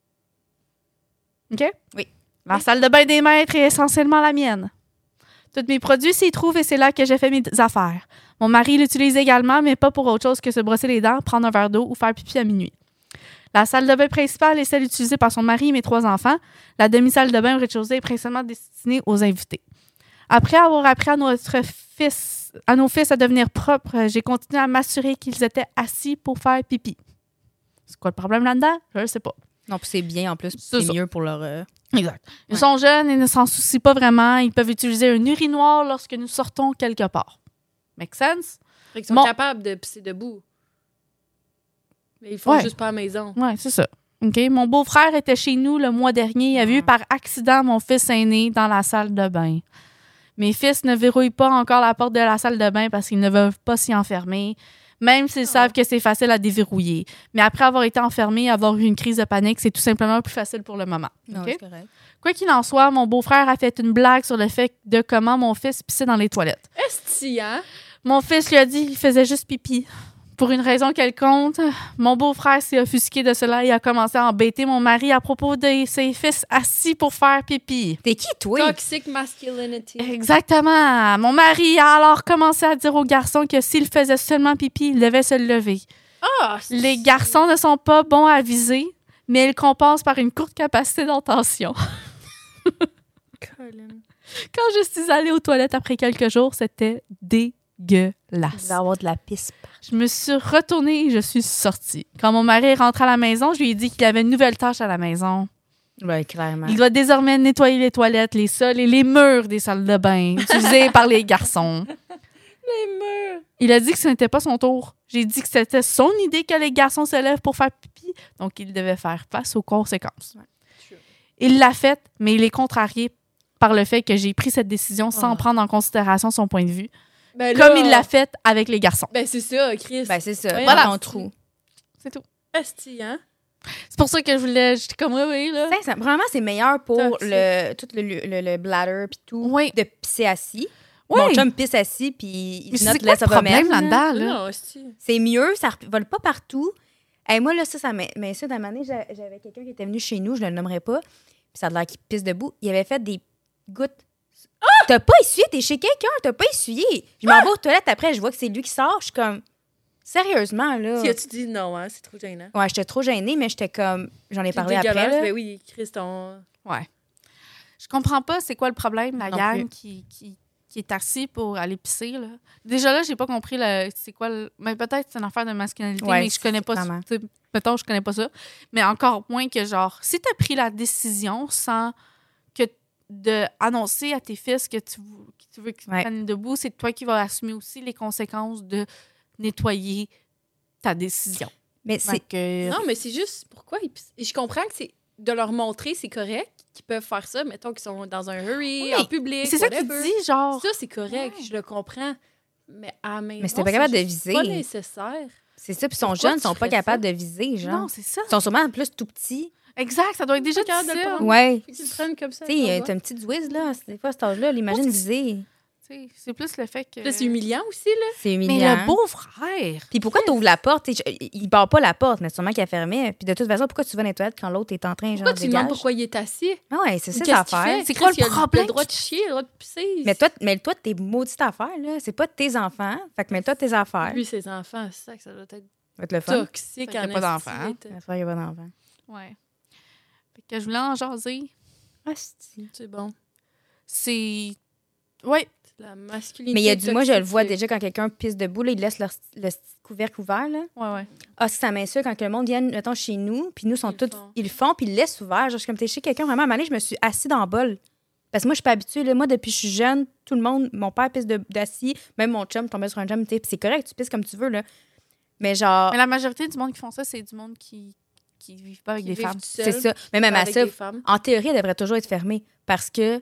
OK? Oui. La salle de bain des maîtres est essentiellement la mienne. Tous mes produits s'y trouvent et c'est là que j'ai fait mes affaires. Mon mari l'utilise également, mais pas pour autre chose que se brosser les dents, prendre un verre d'eau ou faire pipi à minuit. La salle de bain principale est celle utilisée par son mari et mes 3 enfants. La demi-salle de bain au rez-de-chaussée est principalement destinée aux invités. Après avoir appris à nos fils à devenir propres, j'ai continué à m'assurer qu'ils étaient assis pour faire pipi. C'est quoi le problème là-dedans? Je ne sais pas. Non, puis c'est bien en plus. C'est mieux pour leur... Exact. Ils sont jeunes et ne s'en soucient pas vraiment. Ils peuvent utiliser un urinoir lorsque nous sortons quelque part. Make sense? Ils sont capables de pisser debout. Mais ils font juste pas à la maison. Oui, c'est ça. OK. Mon beau-frère était chez nous le mois dernier. Il a vu par accident mon fils aîné dans la salle de bain. Mes fils ne verrouillent pas encore la porte de la salle de bain parce qu'ils ne veulent pas s'y enfermer, même s'ils savent que c'est facile à déverrouiller. Mais après avoir été enfermé et avoir eu une crise de panique, c'est tout simplement plus facile pour le moment. Non, Okay? c'est correct. Quoi qu'il en soit, mon beau-frère a fait une blague sur le fait de comment mon fils pissait dans les toilettes. Esti, hein? Mon fils lui a dit qu'il faisait juste pipi. Pour une raison quelconque, mon beau-frère s'est offusqué de cela et a commencé à embêter mon mari à propos de ses fils assis pour faire pipi. T'es qui, toi? Toxic masculinity. Exactement. Mon mari a alors commencé à dire aux garçons que s'il faisait seulement pipi, il devait se lever. Ah! Les garçons ne sont pas bons à viser, mais ils compensent par une courte capacité d'attention. Quand je suis allée aux toilettes après quelques jours, c'était dégueulasse. Il va avoir de la pisse. Je me suis retournée et je suis sortie. Quand mon mari est rentré à la maison, je lui ai dit qu'il avait une nouvelle tâche à la maison. Oui, clairement. Il doit désormais nettoyer les toilettes, les sols et les murs des salles de bain utilisées par les garçons. Les murs! Il a dit que ce n'était pas son tour. J'ai dit que c'était son idée que les garçons se lèvent pour faire pipi, donc il devait faire face aux conséquences. Ouais. Il l'a fait, mais il est contrarié par le fait que j'ai pris cette décision sans prendre en considération son point de vue. Ben Comme il l'a fait avec les garçons. Ben c'est ça, Chris. Ben c'est ça, Voilà. dans ton trou. C'est tout. Esti, hein? C'est pour ça que j'étais comme, oui, là. Vraiment, c'est meilleur pour Toxique. tout le bladder puis tout, Oui. de pisser assis. Oui. Mon chum pisse assis puis Mais il c'est note quoi laisse le problème remède. là-dedans, là? Non, esti. C'est mieux, ça vole pas partout. Et moi, là, ça m'insulte. À un moment donné, j'avais quelqu'un qui était venu chez nous, je ne le nommerai pas, puis ça a l'air qu'il pisse debout. Il avait fait des gouttes. T'as pas essuyé, t'es chez quelqu'un, t'as pas essuyé. Je m'en vais aux toilettes après, je vois que c'est lui qui sort, je suis comme, sérieusement, là. Si as-tu dit non, hein? C'est trop gênant. Ouais, j'étais trop gênée, mais j'étais comme, j'en ai C'est parlé après. dégueulasse. Là. Ben oui, Chris, ton... Ouais. Je comprends pas c'est quoi le problème, la Non gang qui est assis pour aller pisser, là. Déjà là, j'ai pas compris c'est quoi mais peut-être c'est une affaire de masculinité, Ouais, mais je connais pas ça. vraiment. Mettons, je connais pas ça. Mais encore moins que genre, si t'as pris la décision sans que de annoncer à tes fils que tu veux qu'ils prennent debout, c'est toi qui vas assumer aussi les conséquences de nettoyer ta décision. Mais c'est Non, mais c'est juste pourquoi ils pissent. Et je comprends que c'est de leur montrer, c'est correct, qu'ils peuvent faire ça, mettons qu'ils sont dans un hurry, Oui, en public, c'est ça qu'il whatever. dit, genre. Ça, c'est correct, je le comprends. Mais à la maison, Mais c'était pas capable de juste viser. pas nécessaire. c'est ça, puis ils sont Pourquoi jeunes, ils sont tu pas ferais capables ça? de viser, genre. Non, c'est ça. Ils sont sûrement en plus tout petits. Exact, ça doit être déjà Pas capable de le difficile. prendre. Ouais. Fait qu'ils le prennent comme ça. Tu sais, t'as une petite whiz, là. Des fois, à cet âge-là, l'imagine viser. Tu sais, c'est plus le fait que... Là, c'est humiliant aussi, là. C'est Mais humiliant. le beau-frère... Puis pourquoi t'ouvres la porte? Il barre pas la porte, mais sûrement qu'il a fermé. Puis de toute façon, pourquoi tu vas dans les toilettes quand l'autre est en train, genre, Pourquoi tu demandes dégage? pourquoi il est assis? Ah ouais, c'est ça, Qu'est-ce sa qu'il affaire. fait? C'est quoi le Chris, il a problème? le droit de chier, le droit de pisser. Mais toi, t'es maudite affaire, là. C'est pas de tes enfants. Fait que mets-toi tes affaires. Lui, ses enfants, c'est ça que ça doit être Ça va être le fun. toxique. Fait qu'il y a en pas d'enfant, esti, hein? t'es- J'espère qu'il n'y a pas d'enfant. Ouais. Fait que je voulais en jaser. C'est bon. C'est... Ouais. C'est la masculinité. Mais il y a du... Moi, je le vois toxique. déjà quand quelqu'un pisse debout, là, il laisse le petit couvercle ouvert, là. Ouais. Ah, ça m'insulte quand que le monde vient, mettons, chez nous, puis nous, Ils le font. puis ils le laissent ouvert. Genre, je suis comme, t'es chez quelqu'un, vraiment, à un moment donné, je me suis assise dans le bol. Parce que moi, je suis pas habituée. Là. Moi, depuis que je suis jeune, tout le monde, mon père pisse d'assis, même mon chum tombait sur un chum, tu sais, puis c'est correct, tu pisses comme tu veux, là. Mais genre, Mais la majorité du monde qui font ça, c'est du monde qui vivent pas avec Qui des vivent femmes. tout seul, c'est ça. Mais même à avec ça, des femmes. en théorie, elle devrait toujours être fermée. Parce que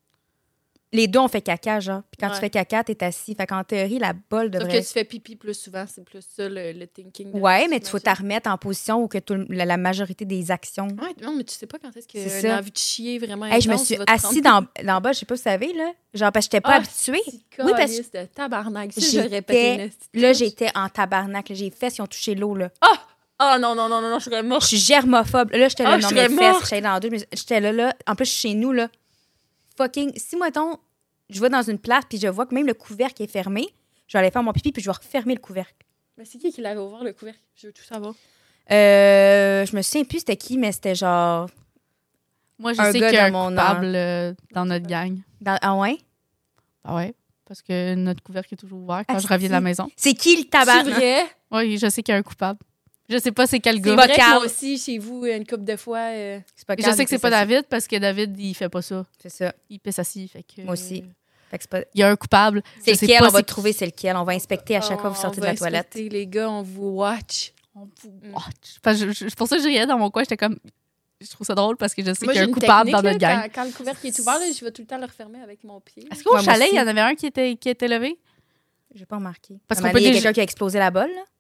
les deux, on fait caca, genre. Puis quand Ouais. tu fais caca, t'es assis. Fait qu'en théorie, la bolle Sauf devrait... que tu fais pipi plus souvent, c'est plus ça le thinking. de Ouais, la mais tu faut situation. t'en remettre en position où que la majorité des actions... Ouais, non, mais tu sais pas quand est-ce C'est que ça. l'envie de chier vraiment Hey, je me intense suis va te assise prendre. dans le bas, je sais pas si vous savez, là. Genre, parce que j'étais pas habituée. Oui, parce que de tabarnak. Si je répète une j'étais... esti de Là, couche. j'étais en tabarnak. Là, j'ai les fesses, ils ont touché l'eau, là. Ah non, je serais Je morte. suis germophobe. Là, j'étais là, Ah, non, je mes serais fesses. morte. J'étais dans deux. J'étais là. En plus, je suis chez nous, là. Fucking... Si, mettons, je vais dans une place puis je vois que même le couvercle est fermé, je vais aller faire mon pipi puis je vais refermer le couvercle. Mais c'est qui l'avait ouvert le couvercle? Je veux tout savoir. Je me souviens plus c'était qui, mais c'était genre... Moi, je Un sais gars qu'il y a un dans mon coupable dans notre gang. Ah ouais? Ah ouais? Parce que notre couvercle est toujours ouvert quand Ah, je reviens de la maison. C'est qui le C'est tabarnak? vrai? Oui, je sais qu'il y a un coupable. Je sais pas c'est quel C'est gars. vrai que moi aussi, chez vous, une couple de fois... C'est pas Je Carl, sais que c'est il pas pisse assis. David parce que David, il fait pas ça. C'est ça. Il pisse assis. Fait que, Moi aussi. Fait que c'est pas... Il y a un coupable. C'est Je sais lequel, pas on va c'est trouver c'est lequel. On va inspecter à chaque fois que vous sortez de la toilette. Les gars, on vous watch. On vous watch. Parce que c'est pour ça que je riais dans mon coin. J'étais comme... Je trouve ça drôle parce que je sais Moi, qu'il y a j'ai un une coupable technique, dans notre là, gang. quand le couvercle est ouvert, là, je vais tout le temps le refermer avec mon pied. Est-ce qu'au Ouais, moi chalet, il y aussi. en avait un qui était levé? J'ai pas remarqué. Parce À un qu'on peut moment donné, il y a déjà- quelqu'un qui a explosé la bolle, là.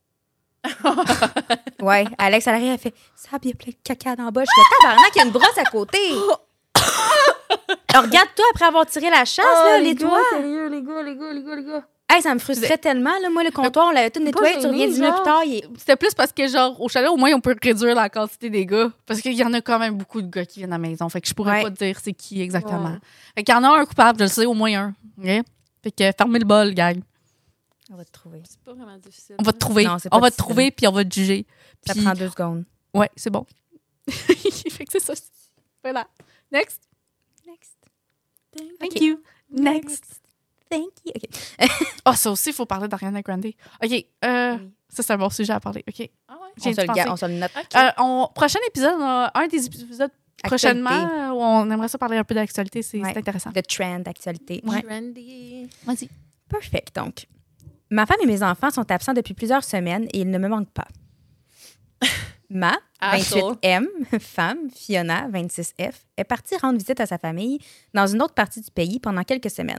Ouais, Alex, elle arrive, elle fait ça, il y a plein de caca dans la boche. Le tabarnak, il y a une brosse à côté. Alors, regarde-toi après avoir tiré la chasse, là, les doigts. Sérieux, les gars. Hey, ça me frustrait tellement, là. Moi, le comptoir, on l'avait tout nettoyé. Tu reviens 10 minutes plus tard, il est... C'était plus parce que, genre, au chalet, au moins, on peut réduire la quantité des gars. Parce qu'il y en a quand même beaucoup de gars qui viennent à la maison. Fait que je pourrais Ouais. pas te dire c'est qui exactement. Ouais. Fait qu'il y en a un coupable, je le sais, au moins un. OK? Fait que fermez le bol, gang. On va te trouver. C'est pas vraiment difficile. On va te trouver. Non, c'est pas On va te difficile. trouver, puis on va te juger. Ça Puis- prend 2 secondes. Ouais, c'est bon. Fait que c'est ça. Voilà. Next. Next. Thank OK. you. Next. Thank you. OK. Ah, ça aussi, il faut parler d'Ariana Grande. OK. Ça, c'est un bon sujet à parler. OK. Ah ouais? J'ai On se, le pensé. on se le note. Prochain épisode, on a un des épisodes prochainement où on aimerait ça parler un peu d'actualité. C'est Ouais. intéressant. De trend, d'actualité. Ouais. Trendy. Vas-y. Perfect. Donc, ma femme et mes enfants sont absents depuis plusieurs semaines et ils ne me manquent pas. Ma, Asshole. 28M, femme, Fiona, 26F, est partie rendre visite à sa famille dans une autre partie du pays pendant quelques semaines.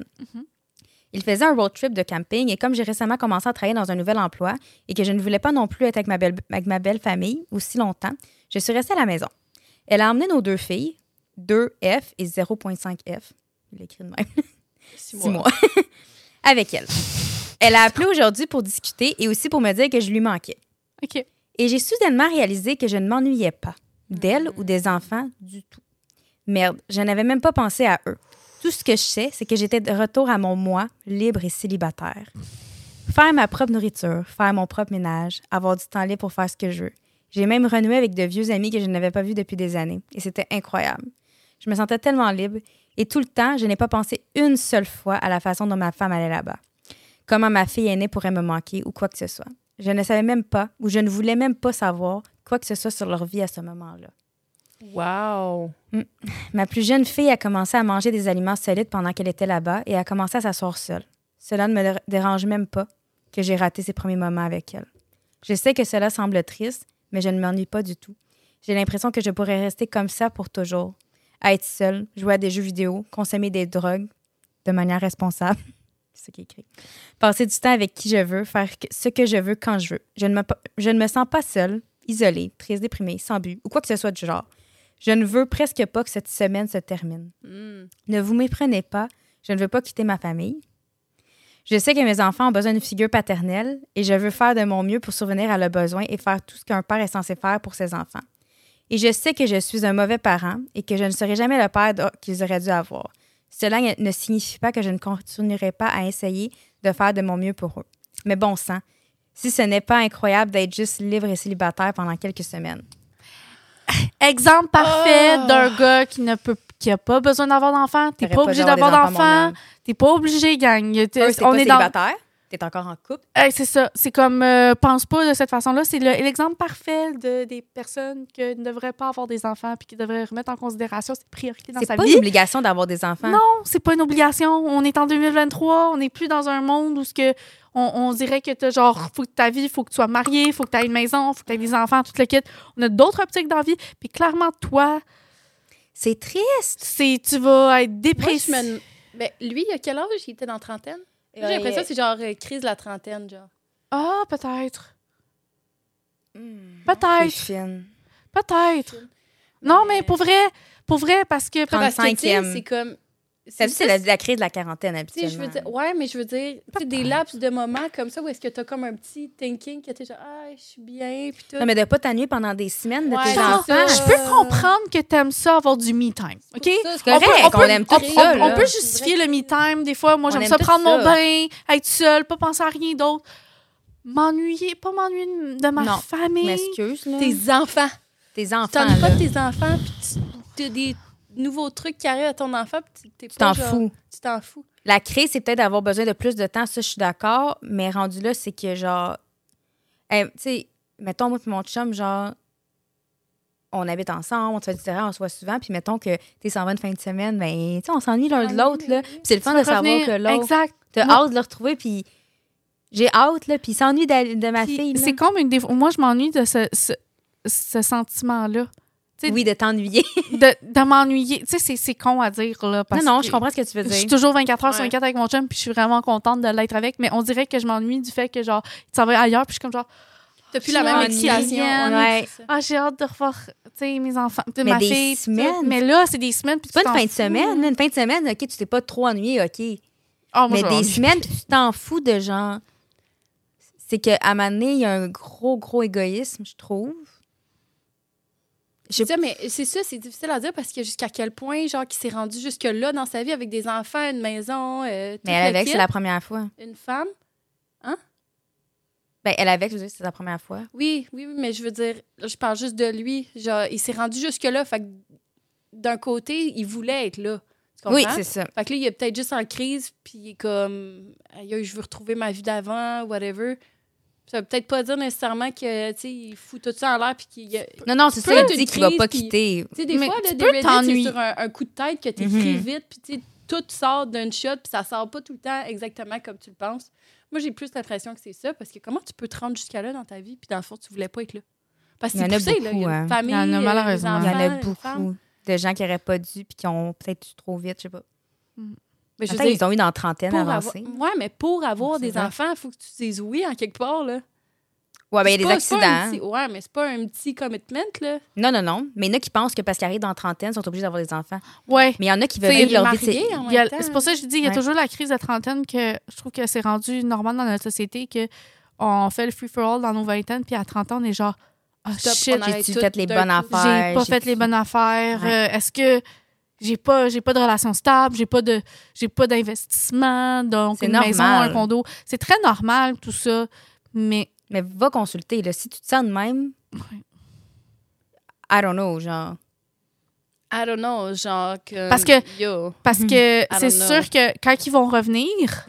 Il faisait un road trip de camping et comme j'ai récemment commencé à travailler dans un nouvel emploi et que je ne voulais pas non plus être avec ma belle famille aussi longtemps, je suis restée à la maison. Elle a emmené nos 2 filles, 2F et 0.5F. Il écrit de même. 6 mois. Avec elle. Elle a appelé aujourd'hui pour discuter et aussi pour me dire que je lui manquais. OK. Et j'ai soudainement réalisé que je ne m'ennuyais pas d'elle ou des enfants du tout. Merde, je n'avais même pas pensé à eux. Tout ce que je sais, c'est que j'étais de retour à mon moi, libre et célibataire. Faire ma propre nourriture, faire mon propre ménage, avoir du temps libre pour faire ce que je veux. J'ai même renoué avec de vieux amis que je n'avais pas vus depuis des années. Et c'était incroyable. Je me sentais tellement libre. Et tout le temps, je n'ai pas pensé une seule fois à la façon dont ma femme allait là-bas. Comment ma fille aînée pourrait me manquer ou quoi que ce soit. Je ne savais même pas ou je ne voulais même pas savoir quoi que ce soit sur leur vie à ce moment-là. Wow. Ma plus jeune fille a commencé à manger des aliments solides pendant qu'elle était là-bas et a commencé à s'asseoir seule. Cela ne me dérange même pas que j'ai raté ses premiers moments avec elle. Je sais que cela semble triste, mais je ne m'ennuie pas du tout. J'ai l'impression que je pourrais rester comme ça pour toujours. À être seule, jouer à des jeux vidéo, consommer des drogues de manière responsable. C'est ce qui est écrit. Passer du temps avec qui je veux, faire ce que je veux quand je veux. Je ne me sens pas seule, isolée, triste, déprimée, sans but ou quoi que ce soit du genre. Je ne veux presque pas que cette semaine se termine. Ne vous méprenez pas, je ne veux pas quitter ma famille. Je sais que mes enfants ont besoin d'une figure paternelle et je veux faire de mon mieux pour survenir à leurs besoins et faire tout ce qu'un père est censé faire pour ses enfants. Et je sais que je suis un mauvais parent et que je ne serai jamais le père qu'ils auraient dû avoir. Cela ne signifie pas que je ne continuerai pas à essayer de faire de mon mieux pour eux. Mais bon sang, si ce n'est pas incroyable d'être juste libre et célibataire pendant quelques semaines. Exemple parfait d'un gars qui a pas besoin d'avoir d'enfant. T'es T'aurais pas pas obligé d'avoir d'avoir des enfants, mon d'enfant. homme. T'es pas obligé, gang. T'es pas célibataire, t'es encore en couple. C'est ça. C'est comme, pense pas de cette façon-là. C'est l'exemple parfait des personnes qui ne devraient pas avoir des enfants puis qui devraient remettre en considération cette priorité dans C'est sa pas vie. une obligation d'avoir des enfants. Non, c'est pas une obligation. On est en 2023. On n'est plus dans un monde où on dirait que t'as genre, faut que ta vie, faut que tu sois marié, faut que tu aies une maison, faut que tu aies des enfants, tout le kit. On a d'autres optiques dans la vie. Puis clairement, toi, C'est triste. tu vas être Moi, dépressif. Ben, lui, il a quel âge? Il était dans la trentaine? J'ai l'impression que c'est genre crise de la trentaine, genre. Ah, peut-être. T'es Peut-être. fine. Peut-être. Non, mais pour vrai, parce que... Parce que, tu sais, 35e. c'est comme... Ça, c'est la crise de la quarantaine, Tu sais, habituellement. je veux dire, ouais, mais je veux dire, tu sais, des laps de moments comme ça où est-ce que t'as comme un petit thinking que t'es genre, ah, je suis bien, puis tout. Non, mais de pas t'ennuyer pendant des semaines de Ouais, tes c'est enfants. ça. Je peux comprendre que t'aimes ça, avoir du me-time, OK? Ça, c'est correct, on peut- on aime tout ça, on là. peut justifier le me-time. Des fois, moi, On j'aime aime ça tout prendre ça. mon bain, être seule, pas penser à rien d'autre. Pas m'ennuyer de ma Non, famille. M'excuse, là. tes enfants. Tes Tu enfants, t'ennuies pas là. de tes enfants, puis tu as des nouveaux trucs qui arrivent à ton enfant, puis t'es Tu pas t'en genre- fous. Tu t'en fous. La crise, c'est peut-être d'avoir besoin de plus de temps, ça, je suis d'accord, mais rendu là, c'est que genre. Tu sais, mettons, moi et mon chum, genre, on habite ensemble, on se fait du terrain, on se voit souvent, puis mettons que tu s'en vas une fin de semaine, ben, tu sais, on s'ennuie l'un de l'autre, là. Puis c'est le fun de savoir que l'autre... Exact. T'as hâte de le retrouver, puis j'ai hâte, là, puis il s'ennuie de ma Puis fille, là. c'est comme moi, je m'ennuie de ce sentiment-là. T'sais, oui, de t'ennuyer. de m'ennuyer. Tu sais, c'est con à dire, là. Parce non, que je comprends ce que tu veux dire. je suis toujours 24 heures sur 24 avec mon chum, puis je suis vraiment contente de l'être avec, mais on dirait que je m'ennuie du fait que, genre, il s'en va ailleurs, puis je suis comme, genre... T'as plus la même excitation. Ouais. Ah, j'ai hâte de revoir, tu sais, mes enfants, mais ma des fille. semaines. Mais là, c'est des semaines. C'est pas une fin de semaine. Là. Une fin de semaine, OK, tu t'es pas trop ennuyé, OK. Oh, moi, mais des semaines, puis tu t'en fous de genre... C'est qu'à un moment donné, il y a un gros égoïsme, je trouve. C'est ça, mais c'est ça, c'est difficile à dire parce que jusqu'à quel point, genre, qu'il s'est rendu jusque-là dans sa vie avec des enfants, une maison, mais elle avec, c'est la première fois. Une femme. Hein? Ben, elle avec, je veux dire, c'est la première fois. Oui, mais je veux dire, je parle juste de lui. Genre, il s'est rendu jusque-là, fait que d'un côté, il voulait être là. Tu comprends? Oui, c'est ça. Fait que là, il est peut-être juste en crise, puis il est comme, aïe, je veux retrouver ma vie d'avant, whatever. Ça veut peut-être pas dire nécessairement que, tu sais, il fout tout ça en l'air puis qu'il... Non, c'est ça, il dit qu'il va pas quitter. Tu sais, des fois, tu des peux Reddit, c'est sur un coup de tête que t'écris vite puis tu sais, tout sort d'un shot puis ça sort pas tout le temps exactement comme tu le penses. Moi, j'ai plus l'impression que c'est ça parce que comment tu peux te rendre jusqu'à là dans ta vie puis dans le fond, tu voulais pas être là? Parce que c'est poussé, là. Il y a une famille, il y en a malheureusement. Il y en a beaucoup de gens qui n'auraient pas dû puis qui ont peut-être eu trop vite, je sais pas. Mais Attends, ils ont eu dans la trentaine avancée. Ouais, mais pour avoir des enfants, il faut que tu dises oui en quelque part, là. Ouais, ben il y a des accidents. Ouais, mais c'est pas un petit commitment, là. Non. Mais il y en a qui pensent que parce qu'ils arrivent dans la trentaine, ils sont obligés d'avoir des enfants. Ouais. Mais il y en a qui veulent vivre leur vie. C'est pour ça que je dis, il y a toujours la crise de trentaine que je trouve que c'est rendu normal dans notre société qu'on fait le free-for-all dans nos vingtaines, puis à 30 ans, on est genre, ah, shit, j'ai-tu fait les bonnes affaires? J'ai pas fait les bonnes affaires. Est-ce que j'ai pas de relation stable, j'ai pas d'investissement, donc une maison, un condo. C'est très normal, tout ça, mais va consulter, là. Si tu te sens de même, I don't know, genre que... Parce que c'est sûr que quand ils vont revenir...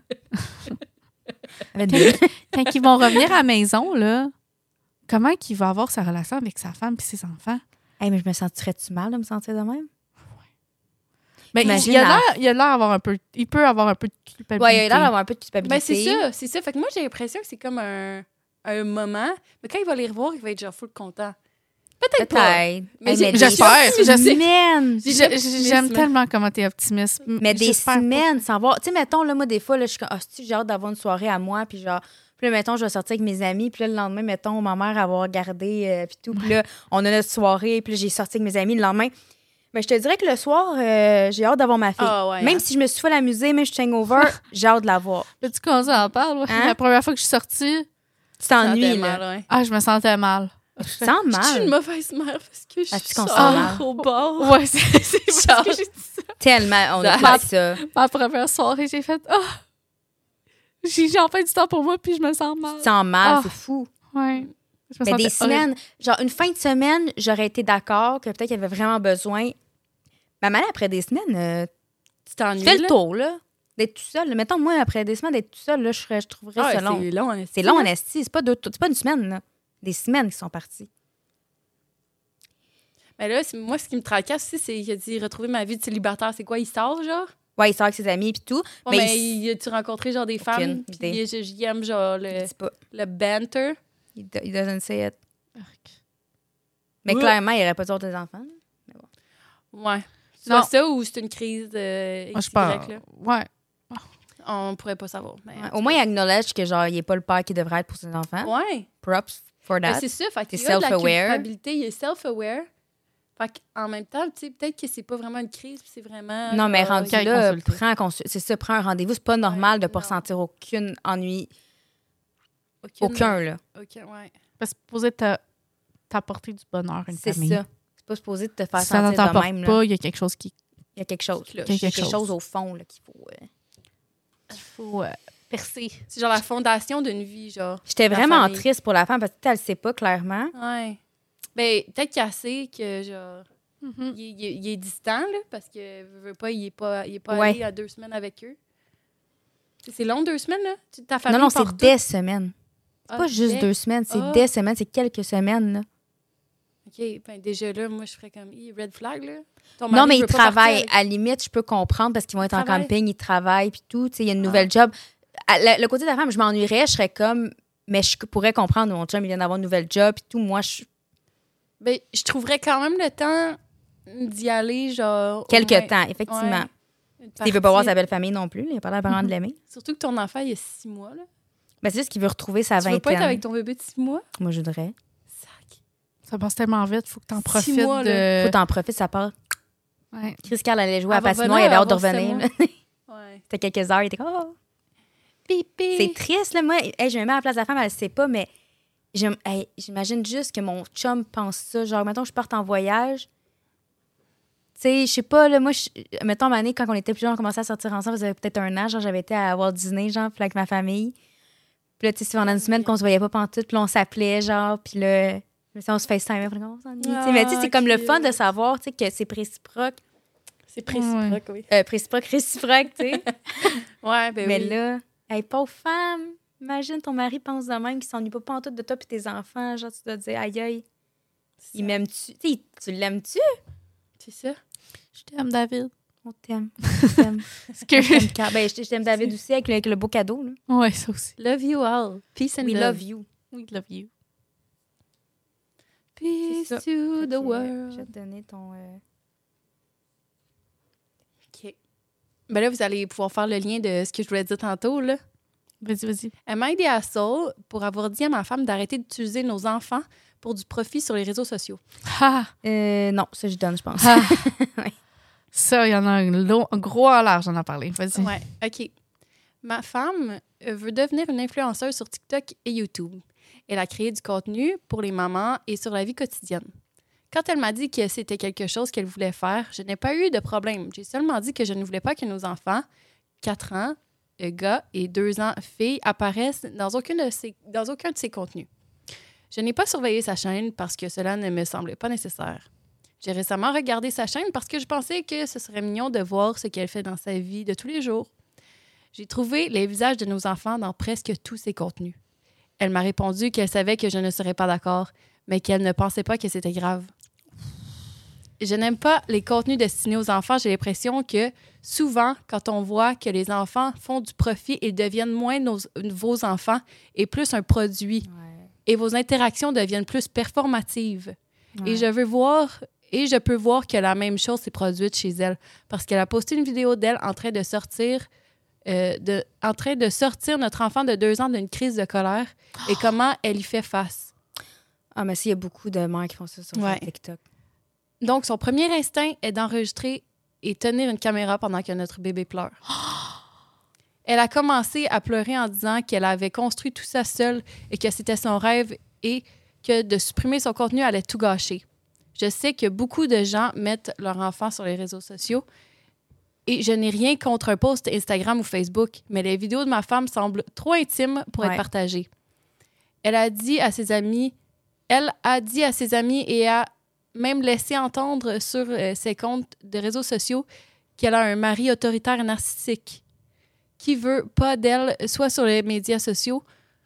quand ils vont revenir à la maison, là, comment il va avoir sa relation avec sa femme et ses enfants? Hey, mais je me sentirais-tu mal de me sentir de même? Ben, il a l'air d'avoir un peu... Il peut avoir un peu de culpabilité. Oui, il a l'air d'avoir un peu de culpabilité. Ben, c'est ça. Fait que moi, j'ai l'impression que c'est comme un moment. Mais quand il va les revoir, il va être genre full content. Peut-être pas. Mais j'espère. J'aime J'aime tellement comment t'es optimiste. Mais des semaines sans voir... Tu sais, mettons, là, moi, des fois, là, je suis comme, j'ai hâte d'avoir une soirée à moi, puis genre... Puis là, mettons, je vais sortir avec mes amis, puis là, le lendemain, mettons, ma mère avoir regardé, puis tout. Puis là, on a notre soirée, puis là, j'ai sorti avec mes amis le lendemain. Mais je te dirais que le soir, j'ai hâte d'avoir ma fille. Même si je me suis fait l'amuser, même si je suis hangover, j'ai hâte de la voir. Là, tu commences à en parler. Hein? La première fois que je suis sortie... Tu t'ennuies, là. Ah, je me sentais mal. Tu te sens mal? Je suis une mauvaise mère parce que je suis au bord. Ouais, c'est parce que j'ai dit ça. Tellement, on a fait ça. Ma première soirée, j'ai fait... J'ai enfin du temps pour moi, puis je me sens mal. Tu te sens mal, c'est fou. Ouais. Mais des semaines, genre une fin de semaine, j'aurais été d'accord que peut-être qu'il y avait vraiment besoin. Mais même après des semaines, tu t'ennuies. Tu fais le tour, là, d'être tout seul. Là. Mettons, moi, après des semaines d'être tout seul, là, je trouverais ça long. C'est long, en esti. C'est long, en esti. C'est pas une semaine, là. Des semaines qui sont parties. Mais là, moi, ce qui me tracasse aussi, c'est qu'il a dit retrouver ma vie de célibataire. C'est quoi, il sort, genre? Ouais, il sort avec ses amis et tout. Ouais, mais as-tu rencontré, genre, des femmes? Puis j'aime, genre, le banter. Il doesn't say it. Mais clairement, il n'aurait pas dû des enfants. Mais bon. Ouais. Soit ça ou c'est une crise XY, là. Ouais. On pourrait pas savoir. Mais au moins, il acknowledge que, genre, il n'est pas le père qui devrait être pour ses enfants. Ouais. Props for that. Ben, c'est ça. Fait qu'il y a de la culpabilité, il est self-aware. Fait qu'en même temps, tu sais, peut-être que c'est pas vraiment une crise, puis c'est vraiment... Non, mais rendu là, prends un rendez-vous. C'est pas normal de pas ressentir aucun ennui. Aucun, là. OK, ouais. Parce que supposé t'apporter du bonheur à une famille. C'est ça. C'est pas supposé te faire si ça sentir de même. Pas, il y a quelque chose qui... Il y a quelque chose. Il y a quelque chose au fond là, qu'il faut... qu'il faut percer. C'est genre la fondation d'une vie, genre. J'étais vraiment triste pour la femme parce qu'elle le sait pas, clairement. Ouais. Ben, peut-être qu'elle sait que, genre, il est distant, là, parce que, veut pas, il est pas allé à 2 semaines avec eux. C'est long, 2 semaines, là? Ta famille non, c'est des semaines. C'est pas juste 2 semaines, c'est des semaines, c'est quelques semaines, là. OK, ben déjà là, moi, je ferais comme, red flag, là. Non, mais ils travaillent. À la limite, je peux comprendre parce qu'ils vont être en camping, ils travaillent, puis tout. Tu sais, il y a une nouvelle job. Le côté de la femme, je m'ennuierais, je serais comme, mais je pourrais comprendre, mon chum, il vient d'avoir une nouvelle job, puis tout. Moi, ben, je trouverais quand même le temps d'y aller, genre. Quelques temps, effectivement. Il veut pas voir sa belle famille non plus, il n'a pas l'air vraiment de l'aimer. Surtout que ton enfant, il a 6 mois, là. Ben, c'est juste qu'il veut retrouver sa vingtaine. Tu veux pas être avec ton bébé de 6 mois? Moi, je voudrais. Ça passe tellement vite, faut que t'en profites. Faut que t'en profites, ça part. Ouais. Chris Carl allait jouer à Patinoire, il avait hâte de revenir. Ouais. C'était quelques heures, il était comme, oh. Pipi. C'est triste, là. Moi, je me mets à la place de la femme, elle ne sait pas, mais j'imagine juste que mon chum pense ça. Genre, mettons que je parte en voyage. Tu sais, je sais pas, là, moi, mettons, ma année, quand on était plus jeunes, on commençait à sortir ensemble, ça faisait peut-être 1 an, genre, j'avais été à Walt Disney, genre, puis avec ma famille. Puis là, tu sais, pendant une semaine qu'on se voyait pas pantoute, puis là, on s'appelait, genre, puis là, on se FaceTime, on s'ennuie. Mais tu sais, c'est comme le fun de savoir, tu sais, que c'est réciproque. C'est réciproque, oui. Réciproque, tu sais. Ouais, ben mais là, hey, pauvre femme, imagine ton mari pense de même qu'il s'ennuie pas pantoute de toi puis tes enfants. Genre, tu dois te dire, aïe, aïe, il m'aime-tu? Tu l'aimes-tu? C'est ça. Je t'aime, David. On t'aime. Je t'aime, David, aussi, avec le beau cadeau. Là. Ouais, ça aussi. Love you all. Peace and love. We love you. We love you. Peace to the world. Je vais te donner ton... OK. Ben là, vous allez pouvoir faire le lien de ce que je voulais dire tantôt, là. Vas-y. Elle m'a aidé à ça pour avoir dit à ma femme d'arrêter d'utiliser nos enfants pour du profit sur les réseaux sociaux. Non, ça, je donne, je pense. Ouais. Ça, il y en a un gros en large, on en a parlé. Vas-y. Ouais, OK. Ma femme veut devenir une influenceuse sur TikTok et YouTube. Elle a créé du contenu pour les mamans et sur la vie quotidienne. Quand elle m'a dit que c'était quelque chose qu'elle voulait faire, je n'ai pas eu de problème. J'ai seulement dit que je ne voulais pas que nos enfants, 4 ans, gars, et 2 ans, filles, apparaissent dans aucun de ses contenus. Je n'ai pas surveillé sa chaîne parce que cela ne me semblait pas nécessaire. J'ai récemment regardé sa chaîne parce que je pensais que ce serait mignon de voir ce qu'elle fait dans sa vie de tous les jours. J'ai trouvé les visages de nos enfants dans presque tous ses contenus. Elle m'a répondu qu'elle savait que je ne serais pas d'accord, mais qu'elle ne pensait pas que c'était grave. Je n'aime pas les contenus destinés aux enfants. J'ai l'impression que souvent, quand on voit que les enfants font du profit, ils deviennent moins vos enfants et plus un produit. Ouais. Et vos interactions deviennent plus performatives. Ouais. Et je peux voir que la même chose s'est produite chez elle parce qu'elle a posté une vidéo d'elle en train de sortir notre enfant de 2 ans d'une crise de colère et comment elle y fait face. Ah, mais s'il y a beaucoup de mères qui font ça sur TikTok. Donc, son premier instinct est d'enregistrer et tenir une caméra pendant que notre bébé pleure. Elle a commencé à pleurer en disant qu'elle avait construit tout ça seule et que c'était son rêve et que de supprimer son contenu allait tout gâcher. Je sais que beaucoup de gens mettent leur enfant sur les réseaux sociaux et je n'ai rien contre un post Instagram ou Facebook, mais les vidéos de ma femme semblent trop intimes pour être partagées. Elle a dit à ses amis et a même laissé entendre sur ses comptes de réseaux sociaux qu'elle a un mari autoritaire et narcissique qui veut pas d'elle, soit sur les médias sociaux,